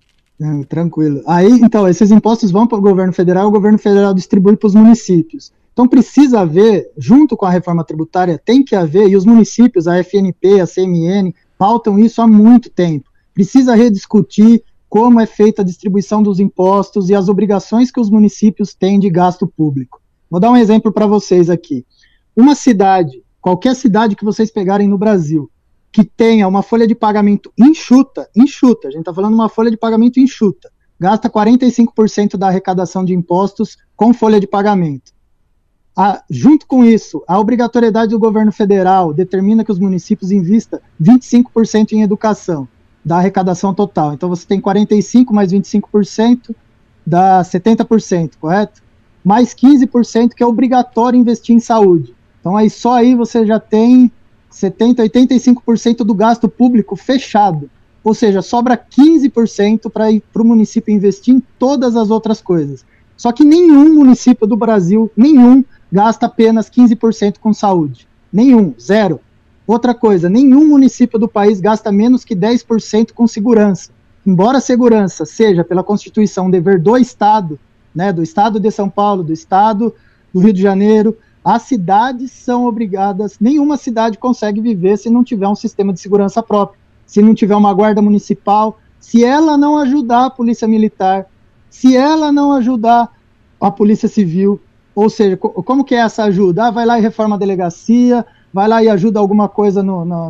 Tranquilo. Aí, então, esses impostos vão para o governo federal distribui para os municípios. Então precisa haver, junto com a reforma tributária, tem que haver, e os municípios, a FNP, a CMN, pautam isso há muito tempo. Precisa rediscutir como é feita a distribuição dos impostos e as obrigações que os municípios têm de gasto público. Vou dar um exemplo para vocês aqui. Uma cidade, qualquer cidade que vocês pegarem no Brasil, que tenha uma folha de pagamento enxuta, a gente está falando de uma folha de pagamento enxuta, gasta 45% da arrecadação de impostos com folha de pagamento. Junto com isso, a obrigatoriedade do governo federal determina que os municípios invistam 25% em educação da arrecadação total. Então você tem 45% mais 25%, dá 70%, correto? Mais 15% que é obrigatório investir em saúde. Então aí só aí você já tem 70%, 85% do gasto público fechado. Ou seja, sobra 15% para ir para o município investir em todas as outras coisas. Só que nenhum município do Brasil, gasta apenas 15% com saúde. Nenhum, zero. Outra coisa, nenhum município do país gasta menos que 10% com segurança. Embora a segurança seja, pela Constituição, um dever do Estado, né, do Estado de São Paulo, do Estado do Rio de Janeiro, as cidades são obrigadas, nenhuma cidade consegue viver se não tiver um sistema de segurança próprio, se não tiver uma guarda municipal, se ela não ajudar a polícia militar, se ela não ajudar a polícia civil, ou seja, como que é essa ajuda? Vai lá e reforma a delegacia, vai lá e ajuda alguma coisa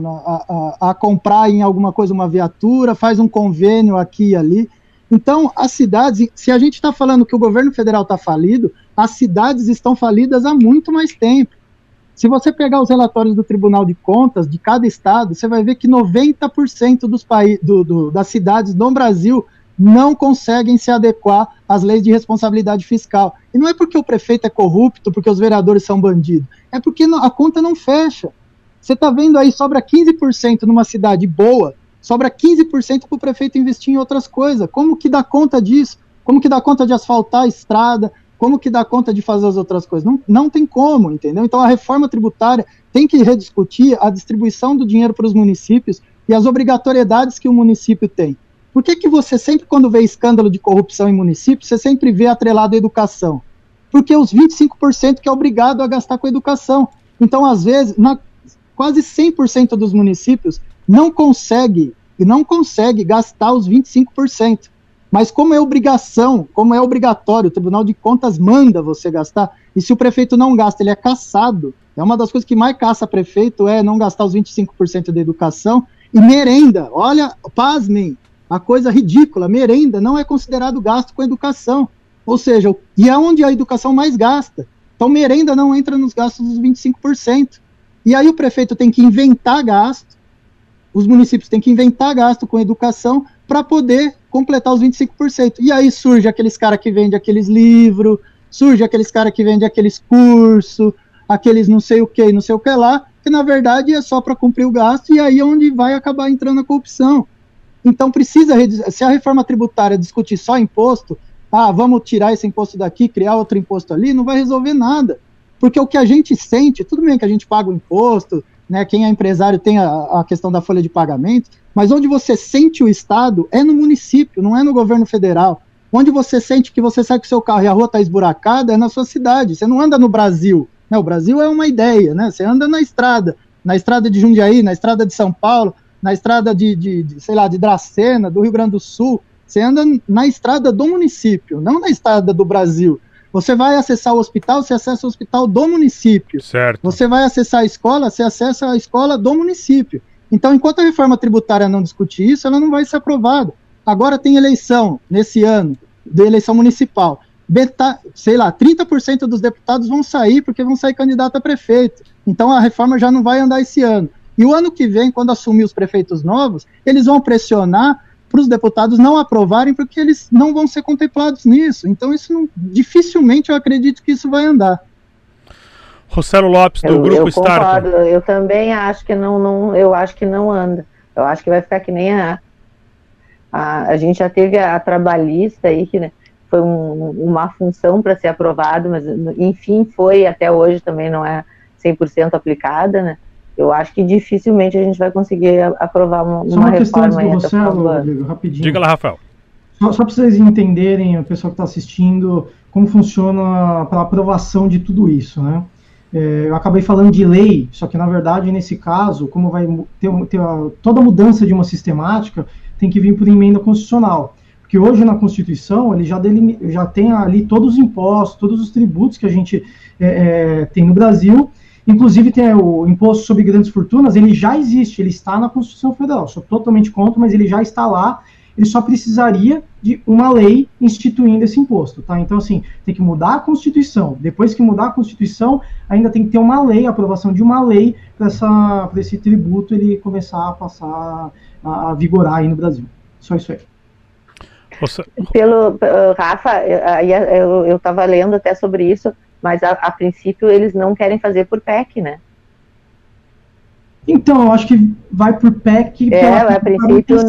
a comprar em alguma coisa uma viatura, faz um convênio aqui e ali. Então, as cidades, se a gente está falando que o governo federal está falido, as cidades estão falidas há muito mais tempo. Se você pegar os relatórios do Tribunal de Contas de cada estado, você vai ver que 90% das cidades no Brasil não conseguem se adequar às leis de responsabilidade fiscal. E não é porque o prefeito é corrupto, porque os vereadores são bandidos, é porque a conta não fecha. Você está vendo aí, sobra 15% numa cidade boa, sobra 15% para o prefeito investir em outras coisas. Como que dá conta disso? Como que dá conta de asfaltar a estrada? Como que dá conta de fazer as outras coisas? Não tem como, entendeu? Então a reforma tributária tem que rediscutir a distribuição do dinheiro para os municípios e as obrigatoriedades que o município tem. Por que você sempre, quando vê escândalo de corrupção em município, você sempre vê atrelado à educação? Porque os 25% que é obrigado a gastar com educação. Então, às vezes, quase 100% dos municípios não consegue gastar os 25%. Mas como é obrigação, como é obrigatório, o Tribunal de Contas manda você gastar, e se o prefeito não gasta, ele é cassado. É uma das coisas que mais caça prefeito, é não gastar os 25% da educação. E merenda, olha, pasmem, a coisa ridícula, merenda não é considerado gasto com educação. Ou seja, e é onde a educação mais gasta. Então merenda não entra nos gastos dos 25%. E aí o prefeito tem que inventar gasto, os municípios têm que inventar gasto com educação para poder completar os 25%. E aí surge aqueles caras que vendem aqueles livros, surge aqueles caras que vendem aqueles cursos, aqueles não sei o que, não sei o que lá, que na verdade é só para cumprir o gasto, e aí é onde vai acabar entrando a corrupção. Então precisa, se a reforma tributária discutir só imposto, vamos tirar esse imposto daqui, criar outro imposto ali, não vai resolver nada. Porque o que a gente sente, tudo bem que a gente paga o imposto, né, quem é empresário tem a questão da folha de pagamento, mas onde você sente o Estado é no município, não é no governo federal. Onde você sente que você sai com o seu carro e a rua está esburacada é na sua cidade, você não anda no Brasil. Né, o Brasil é uma ideia, né, você anda na estrada de Jundiaí, na estrada de São Paulo, na estrada de Dracena, do Rio Grande do Sul, você anda na estrada do município, não na estrada do Brasil. Você vai acessar o hospital, você acessa o hospital do município. Certo. Você vai acessar a escola, você acessa a escola do município. Então, enquanto a reforma tributária não discutir isso, ela não vai ser aprovada. Agora tem eleição, nesse ano, de eleição municipal. 30% dos deputados vão sair, porque vão sair candidato a prefeito. Então, a reforma já não vai andar esse ano. E o ano que vem, quando assumir os prefeitos novos, eles vão pressionar para os deputados não aprovarem, porque eles não vão ser contemplados nisso. Então, dificilmente eu acredito que isso vai andar. Rossello Lopes, do Grupo Startup. Eu também acho que eu acho que não anda. Eu acho que vai ficar que nem a gente já teve a trabalhista aí, que né, foi uma função para ser aprovado, mas enfim foi, até hoje também não é 100% aplicada, né? Eu acho que dificilmente a gente vai conseguir aprovar uma reforma aí. Rossello, Rodrigo, rapidinho. Diga lá, Rafael. Só para vocês entenderem, o pessoal que está assistindo, como funciona para aprovação de tudo isso, né? Eu acabei falando de lei, só que na verdade, nesse caso, como vai ter toda mudança de uma sistemática, tem que vir por emenda constitucional. Porque hoje na Constituição, ele já tem ali todos os impostos, todos os tributos que a gente tem no Brasil, inclusive tem o imposto sobre grandes fortunas, ele já existe, ele está na Constituição Federal. Sou totalmente contra, mas ele já está lá. Ele só precisaria de uma lei instituindo esse imposto, tá? Então, assim, tem que mudar a Constituição. Depois que mudar a Constituição, ainda tem que ter uma lei, a aprovação de uma lei para esse tributo ele começar a passar a vigorar aí no Brasil. Só isso aí. Rafa, eu estava lendo até sobre isso, mas a princípio eles não querem fazer por PEC, né? Então, eu acho que vai por PEC. A princípio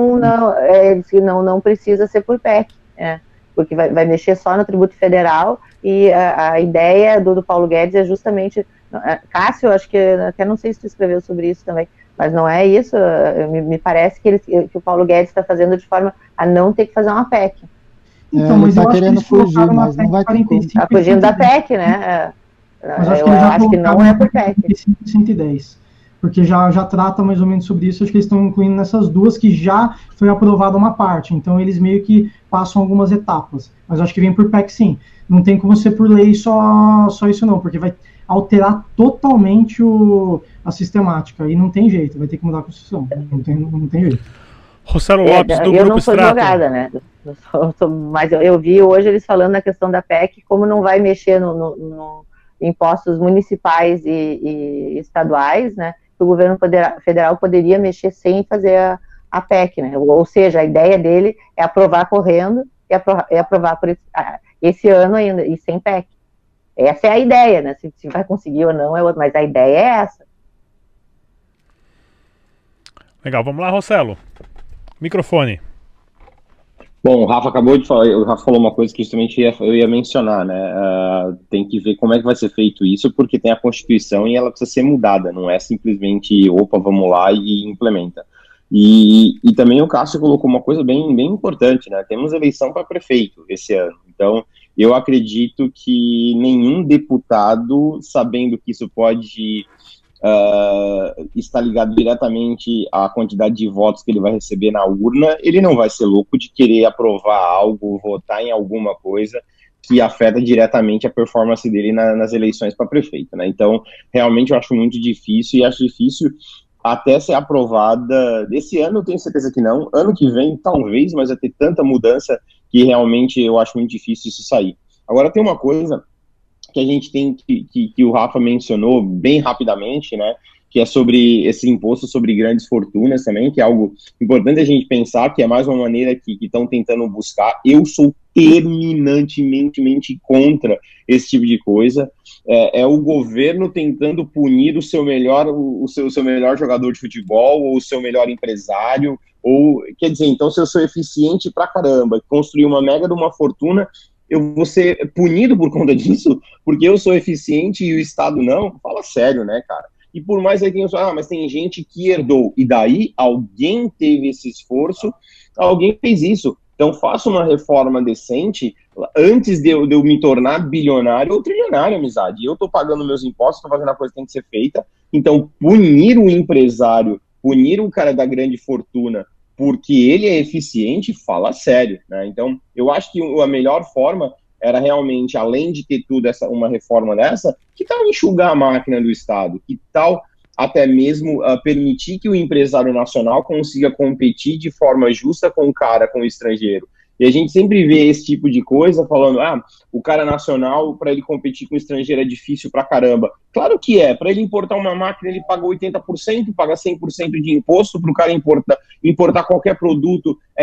não precisa ser por PEC, porque vai mexer só no tributo federal, e a ideia do Paulo Guedes é justamente, Cássio, acho que, até não sei se tu escreveu sobre isso também, mas não é isso, me parece que o Paulo Guedes está fazendo de forma a não ter que fazer uma PEC. Então, mas tá querendo fugir, mas não vai ter como. Está fugindo da PEC, né? Mas acho eu acho que não é por PEC. 110. Porque já trata mais ou menos sobre isso, acho que eles estão incluindo nessas duas que já foi aprovada uma parte, então eles meio que passam algumas etapas, mas acho que vem por PEC sim, não tem como ser por lei só isso não, porque vai alterar totalmente a sistemática, e não tem jeito, vai ter que mudar a Constituição, não tem jeito. Rossello Lopes, do eu Grupo não sou Stratum. advogada, né? Mas eu vi hoje eles falando na questão da PEC, como não vai mexer no impostos municipais e estaduais, né? Que o governo federal poderia mexer sem fazer a PEC, né? Ou seja, a ideia dele é aprovar correndo e aprovar por esse ano ainda, e sem PEC. Essa é a ideia, né? Se vai conseguir ou não, mas a ideia é essa. Legal, vamos lá, Rossello. Microfone. Bom, o Rafa acabou de falar, o Rafa falou uma coisa que justamente eu ia mencionar, né? Tem que ver como é que vai ser feito isso, porque tem a Constituição e ela precisa ser mudada, não é simplesmente, opa, vamos lá e implementa. E também o Cássio colocou uma coisa bem importante, né? Temos eleição para prefeito esse ano, então eu acredito que nenhum deputado, sabendo que isso pode está ligado diretamente à quantidade de votos que ele vai receber na urna, ele não vai ser louco de querer aprovar algo, votar em alguma coisa que afeta diretamente a performance dele nas eleições para prefeito, né? Então, realmente eu acho muito difícil, e acho difícil até ser aprovada. Esse ano eu tenho certeza que não, ano que vem talvez, mas vai ter tanta mudança que realmente eu acho muito difícil isso sair. Agora tem uma coisa que a gente tem que o Rafa mencionou bem rapidamente, né, que é sobre esse imposto sobre grandes fortunas também, que é algo importante a gente pensar, que é mais uma maneira que estão tentando buscar. Eu sou terminantemente contra esse tipo de coisa. É o governo tentando punir o seu melhor jogador de futebol, ou o seu melhor empresário, ou, quer dizer, então se eu sou eficiente pra caramba, construir uma mega de uma fortuna, eu vou ser punido por conta disso, porque eu sou eficiente e o Estado não? Fala sério, né, cara? E por mais aí tem mas tem gente que herdou, e daí alguém teve esse esforço, alguém fez isso. Então faça uma reforma decente antes de eu me tornar bilionário ou trilionário, amizade. Eu tô pagando meus impostos, tô fazendo a coisa que tem que ser feita. Então punir o empresário, punir o cara da grande fortuna, porque ele é eficiente, fala sério, né? Então, eu acho que a melhor forma era realmente, além de ter tudo uma reforma dessa, que tal enxugar a máquina do Estado? Que tal até mesmo permitir que o empresário nacional consiga competir de forma justa com o estrangeiro? E a gente sempre vê esse tipo de coisa falando, o cara nacional, para ele competir com o estrangeiro é difícil pra caramba. Claro que é, para ele importar uma máquina, ele paga 80%, paga 100% de imposto, para o cara importar qualquer produto é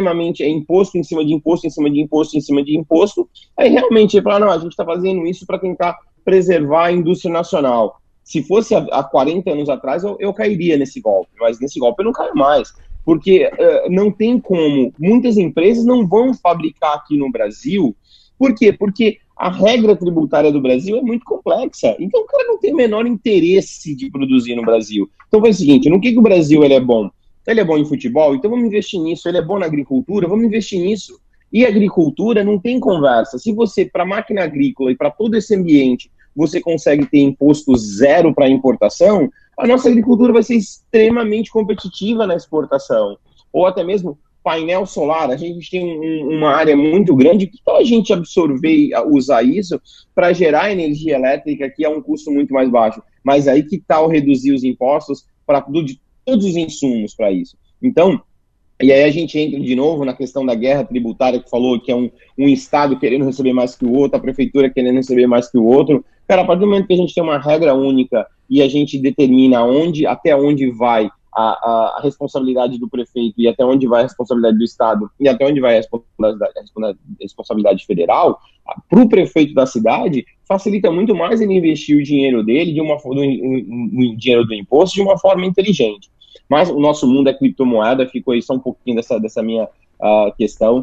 imposto em cima de imposto, em cima de imposto, em cima de imposto. Aí realmente ele fala, não, a gente está fazendo isso para tentar preservar a indústria nacional. Se fosse há 40 anos atrás, eu cairia nesse golpe, mas nesse golpe eu não caio mais. Porque não tem como, muitas empresas não vão fabricar aqui no Brasil. Por quê? Porque a regra tributária do Brasil é muito complexa, então o cara não tem o menor interesse de produzir no Brasil. Então foi o seguinte, no que o Brasil ele é bom? Ele é bom em futebol, então vamos investir nisso. Ele é bom na agricultura, vamos investir nisso. E agricultura não tem conversa. Se você, para a máquina agrícola e para todo esse ambiente, você consegue ter imposto zero para importação, a nossa agricultura vai ser extremamente competitiva na exportação. Ou até mesmo painel solar. A gente tem uma área muito grande, que tal a gente absorver e usar isso para gerar energia elétrica, que é um custo muito mais baixo? Mas aí que tal reduzir os impostos para todos os insumos para isso? Então, e aí a gente entra de novo na questão da guerra tributária, que falou que é um estado querendo receber mais que o outro, a prefeitura querendo receber mais que o outro. Cara, a partir do momento que a gente tem uma regra única e a gente determina até onde vai a responsabilidade do prefeito e até onde vai a responsabilidade do estado e até onde vai a responsabilidade federal, para o prefeito da cidade, facilita muito mais ele investir o dinheiro dele, o dinheiro do imposto, de uma forma inteligente. Mas o nosso mundo é criptomoeda, ficou aí só um pouquinho dessa minha questão.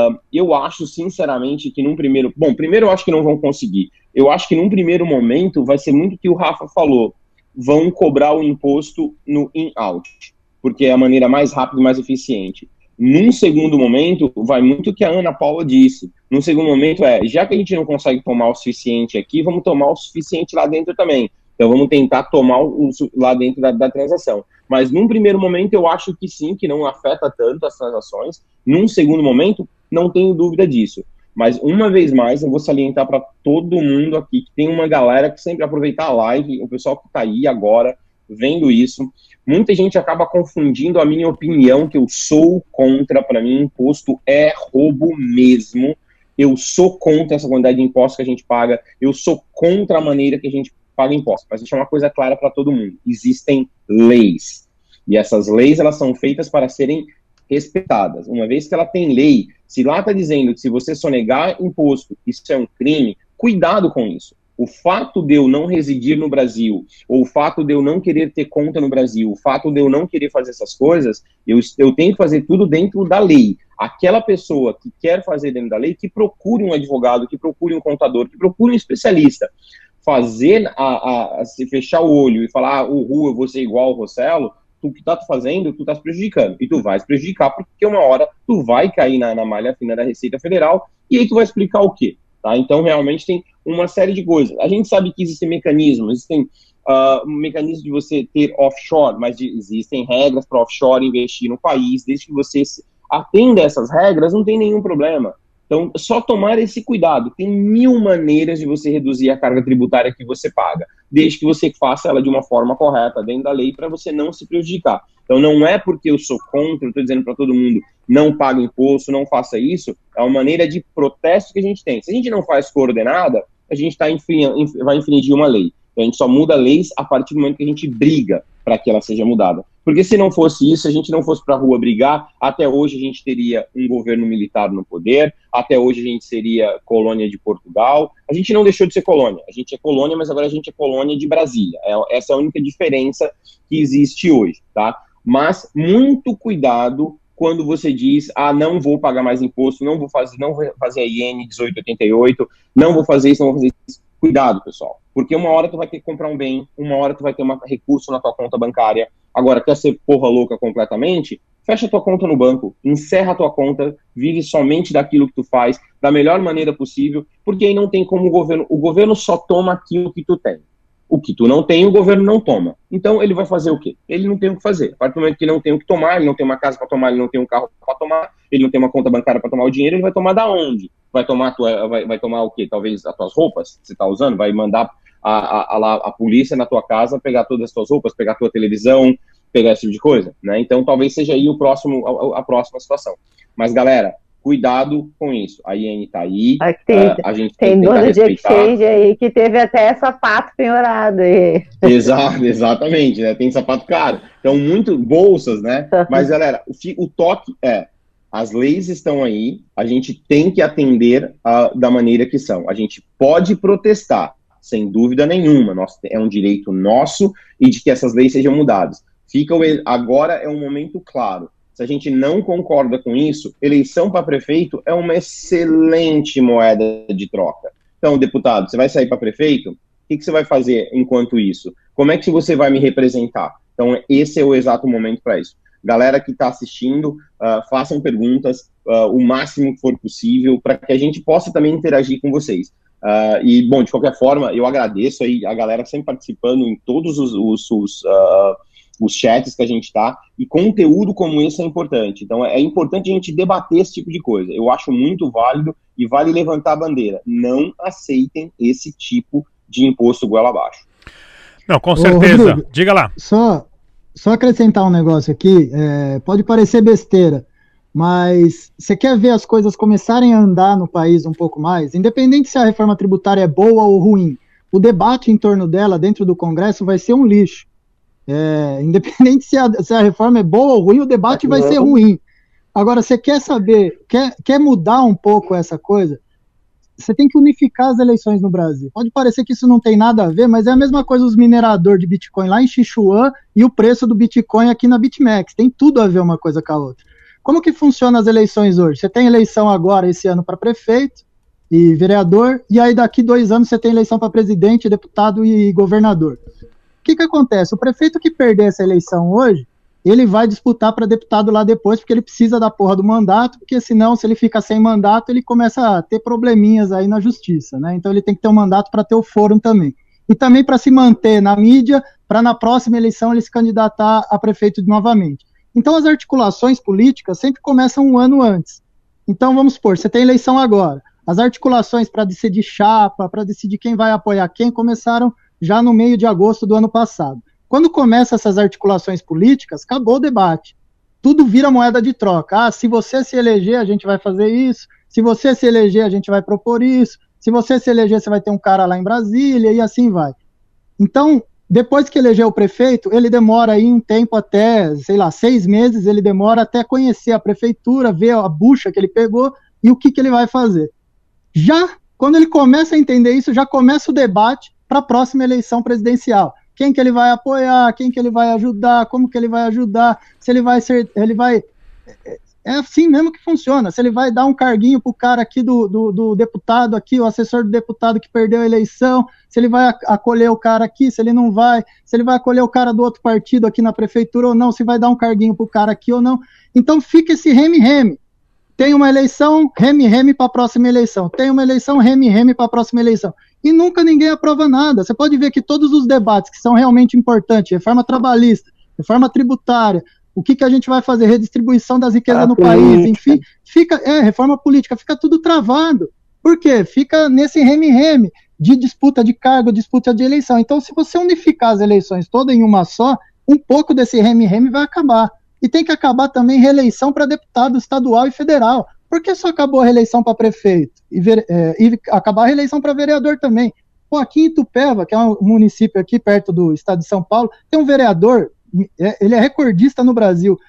Eu acho, sinceramente, que primeiro eu acho que não vão conseguir. Eu acho que num primeiro momento vai ser muito o que o Rafa falou. Vão cobrar o imposto no in-out, porque é a maneira mais rápida e mais eficiente. Num segundo momento, vai muito o que a Ana Paula disse. Num segundo momento já que a gente não consegue tomar o suficiente aqui, vamos tomar o suficiente lá dentro também. Então vamos tentar tomar lá dentro da transação. Mas num primeiro momento eu acho que sim, que não afeta tanto as transações. Num segundo momento, não tenho dúvida disso. Mas uma vez mais, eu vou salientar para todo mundo aqui que tem uma galera que sempre aproveita a live, o pessoal que está aí agora vendo isso. Muita gente acaba confundindo a minha opinião, que eu sou contra. Para mim, imposto é roubo mesmo. Eu sou contra essa quantidade de impostos que a gente paga. Eu sou contra a maneira que a gente paga impostos. Mas deixa uma coisa clara para todo mundo. Existem leis. E essas leis, elas são feitas para serem respeitadas. Uma vez que ela tem lei, se lá está dizendo que se você sonegar imposto, isso é um crime, cuidado com isso. O fato de eu não residir no Brasil, ou o fato de eu não querer ter conta no Brasil, o fato de eu não querer fazer essas coisas, eu tenho que fazer tudo dentro da lei. Aquela pessoa que quer fazer dentro da lei, que procure um advogado, que procure um contador, que procure um especialista. Fazer, se fechar o olho e falar, o Ru, eu vou ser igual ao Rossello, tu que tá fazendo, tu tá se prejudicando. E tu vai se prejudicar porque uma hora tu vai cair na malha fina da Receita Federal e aí tu vai explicar o quê? Tá? Então, realmente tem uma série de coisas. A gente sabe que existem mecanismos, existem mecanismos de você ter offshore, mas existem regras para offshore investir no país, desde que você atenda essas regras, não tem nenhum problema. Então, só tomar esse cuidado. Tem 1000 maneiras de você reduzir a carga tributária que você paga, desde que você faça ela de uma forma correta, dentro da lei, para você não se prejudicar. Então, não é porque eu sou contra, eu estou dizendo para todo mundo, não pague imposto, não faça isso, é uma maneira de protesto que a gente tem. Se a gente não faz coordenada, a gente vai infringir uma lei. Então, a gente só muda leis a partir do momento que a gente briga para que ela seja mudada. Porque se não fosse isso, se a gente não fosse para a rua brigar, até hoje a gente teria um governo militar no poder, até hoje a gente seria colônia de Portugal. A gente não deixou de ser colônia, a gente é colônia, mas agora a gente é colônia de Brasília. Essa é a única diferença que existe hoje, tá? Mas muito cuidado quando você diz, não vou pagar mais imposto, não vou fazer a IN 1888, não vou fazer isso, não vou fazer isso. Cuidado, pessoal, porque uma hora tu vai ter que comprar um bem, uma hora tu vai ter um recurso na tua conta bancária. Agora, quer ser porra louca completamente? Fecha tua conta no banco, encerra tua conta, vive somente daquilo que tu faz, da melhor maneira possível, porque aí não tem como o governo só toma aquilo que tu tem. O que tu não tem, o governo não toma. Então, ele vai fazer o quê? Ele não tem o que fazer. A partir do momento que ele não tem o que tomar, ele não tem uma casa para tomar, ele não tem um carro para tomar, ele não tem uma conta bancária para tomar o dinheiro, ele vai tomar da onde? Vai tomar o quê? Talvez as tuas roupas que você está usando? Vai mandar a polícia na tua casa pegar todas as tuas roupas, pegar a tua televisão, pegar esse tipo de coisa, né? Então, talvez seja aí a próxima situação. Mas, galera, cuidado com isso. A IN tá aí. A gente tem dono de exchange aí que teve até sapato penhorado aí. Exatamente, né? Tem sapato caro. Então, muito bolsas, né? Mas, galera, o toque as leis estão aí, a gente tem que atender da maneira que são. A gente pode protestar, sem dúvida nenhuma. É um direito nosso e de que essas leis sejam mudadas. Agora é um momento claro. Se a gente não concorda com isso, eleição para prefeito é uma excelente moeda de troca. Então, deputado, você vai sair para prefeito? O que você vai fazer enquanto isso? Como é que você vai me representar? Então, esse é o exato momento para isso. galera que está assistindo, façam perguntas o máximo que for possível, para que a gente possa também interagir com vocês. E, bom, de qualquer forma, eu agradeço aí a galera sempre participando em todos os chats que a gente está, e conteúdo como esse é importante. Então, é importante a gente debater esse tipo de coisa. Eu acho muito válido e vale levantar a bandeira. Não aceitem esse tipo de imposto goela abaixo. Não, com certeza. Rodrigo, diga lá. Só acrescentar um negócio aqui, pode parecer besteira, mas você quer ver as coisas começarem a andar no país um pouco mais, independente se a reforma tributária é boa ou ruim, o debate em torno dela dentro do Congresso vai ser um lixo. Independente se a reforma é boa ou ruim, o debate vai ser ruim. Agora, você quer saber, quer mudar um pouco essa coisa, você tem que unificar as eleições no Brasil. Pode parecer que isso não tem nada a ver, mas é a mesma coisa os mineradores de Bitcoin lá em Sichuan e o preço do Bitcoin aqui na BitMEX. Tem tudo a ver uma coisa com a outra. Como que funcionam as eleições hoje? Você tem eleição agora, esse ano, para prefeito e vereador, e aí daqui 2 anos você tem eleição para presidente, deputado e governador. O que acontece? O prefeito que perder essa eleição hoje, ele vai disputar para deputado lá depois, porque ele precisa da porra do mandato, porque senão, se ele fica sem mandato, ele começa a ter probleminhas aí na justiça, né? Então ele tem que ter um mandato para ter o fórum também. E também para se manter na mídia, para na próxima eleição ele se candidatar a prefeito novamente. Então as articulações políticas sempre começam um ano antes. Então vamos supor, você tem eleição agora. As articulações para decidir chapa, para decidir quem vai apoiar quem, começaram já no meio de agosto do ano passado. Quando começam essas articulações políticas, acabou o debate. Tudo vira moeda de troca. Se você se eleger, a gente vai fazer isso. Se você se eleger, a gente vai propor isso. Se você se eleger, você vai ter um cara lá em Brasília, e assim vai. Então, depois que eleger o prefeito, ele demora aí um tempo até, 6 meses, ele demora até conhecer a prefeitura, ver a bucha que ele pegou e o que ele vai fazer. Já, quando ele começa a entender isso, já começa o debate para a próxima eleição presidencial. Quem que ele vai apoiar, quem que ele vai ajudar, como que ele vai ajudar, se ele vai ser, é assim mesmo que funciona, se ele vai dar um carguinho pro cara aqui do deputado aqui, o assessor do deputado que perdeu a eleição, se ele vai acolher o cara aqui, se ele não vai, se ele vai acolher o cara do outro partido aqui na prefeitura ou não, se vai dar um carguinho pro cara aqui ou não. Então fica esse reme-reme. Tem uma eleição, reme-reme para a próxima eleição. Tem uma eleição, reme-reme para a próxima eleição. E nunca ninguém aprova nada. Você pode ver que todos os debates que são realmente importantes, reforma trabalhista, reforma tributária, o que a gente vai fazer, redistribuição das riquezas no país, enfim, reforma política, fica tudo travado. Por quê? Fica nesse reme-reme de disputa de cargo, disputa de eleição. Então, se você unificar as eleições todas em uma só, um pouco desse reme-reme vai acabar. E tem que acabar também reeleição para deputado estadual e federal. Por que só acabou a reeleição para prefeito? E acabar a reeleição para vereador também. Pô, aqui em Itupeva, que é um município aqui perto do estado de São Paulo, tem um vereador, ele é recordista no Brasil,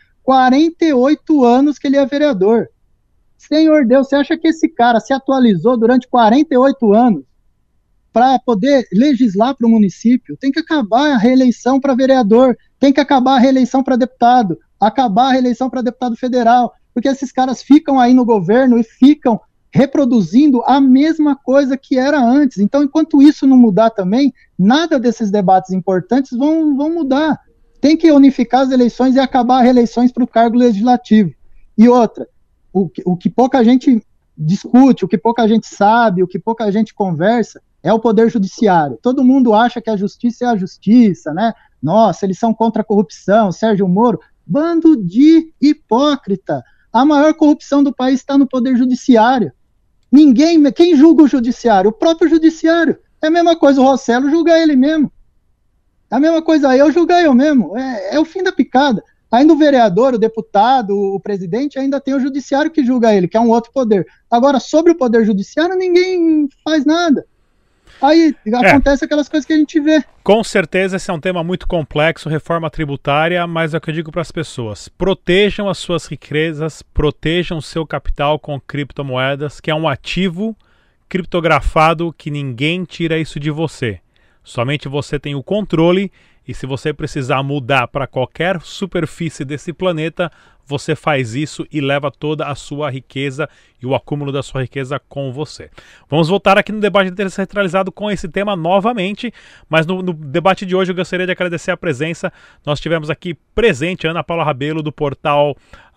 48 anos que ele é vereador. Senhor Deus, você acha que esse cara se atualizou durante 48 anos para poder legislar para o município? Tem que acabar a reeleição para vereador, tem que acabar a reeleição para deputado, acabar a reeleição para deputado federal, porque esses caras ficam aí no governo e ficam reproduzindo a mesma coisa que era antes. Então, enquanto isso não mudar também, nada desses debates importantes vão mudar. Tem que unificar as eleições e acabar as reeleições para o cargo legislativo. E outra, o que pouca gente discute, o que pouca gente sabe, o que pouca gente conversa, é o poder judiciário. Todo mundo acha que a justiça é a justiça, né? Nossa, eles são contra a corrupção, Sérgio Moro. Bando de hipócrita. A maior corrupção do país está no poder judiciário. Quem julga o judiciário? O próprio judiciário. É a mesma coisa o Rossello julgar ele mesmo. É a mesma coisa eu julgar eu mesmo. É o fim da picada. Ainda o vereador, o deputado, o presidente, ainda tem o judiciário que julga ele, que é um outro poder. Agora, sobre o poder judiciário, ninguém faz nada. Aí acontece aquelas coisas que a gente vê. Com certeza esse é um tema muito complexo, reforma tributária, mas é o que eu digo para as pessoas. Protejam as suas riquezas, protejam o seu capital com criptomoedas, que é um ativo criptografado que ninguém tira isso de você. Somente você tem o controle e se você precisar mudar para qualquer superfície desse planeta, você faz isso e leva toda a sua riqueza e o acúmulo da sua riqueza com você. Vamos voltar aqui no debate descentralizado com esse tema novamente, mas no debate de hoje eu gostaria de agradecer a presença. Nós tivemos aqui presente Ana Paula Rabelo, do portal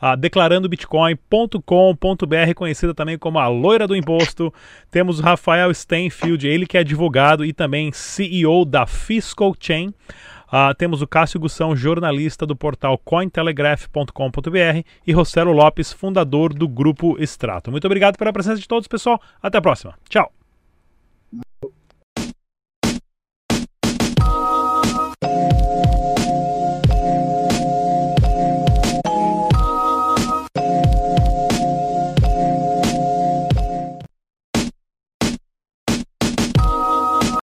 declarandobitcoin.com.br, conhecida também como a loira do imposto. Temos o Rafael Stanfield, ele que é advogado e também CEO da Fiscal Chain. Temos o Cássio Gussão, jornalista do portal cointelegraph.com.br, e Rossello Lopes, fundador do Grupo Extrato. Muito obrigado pela presença de todos, pessoal. Até a próxima. Tchau.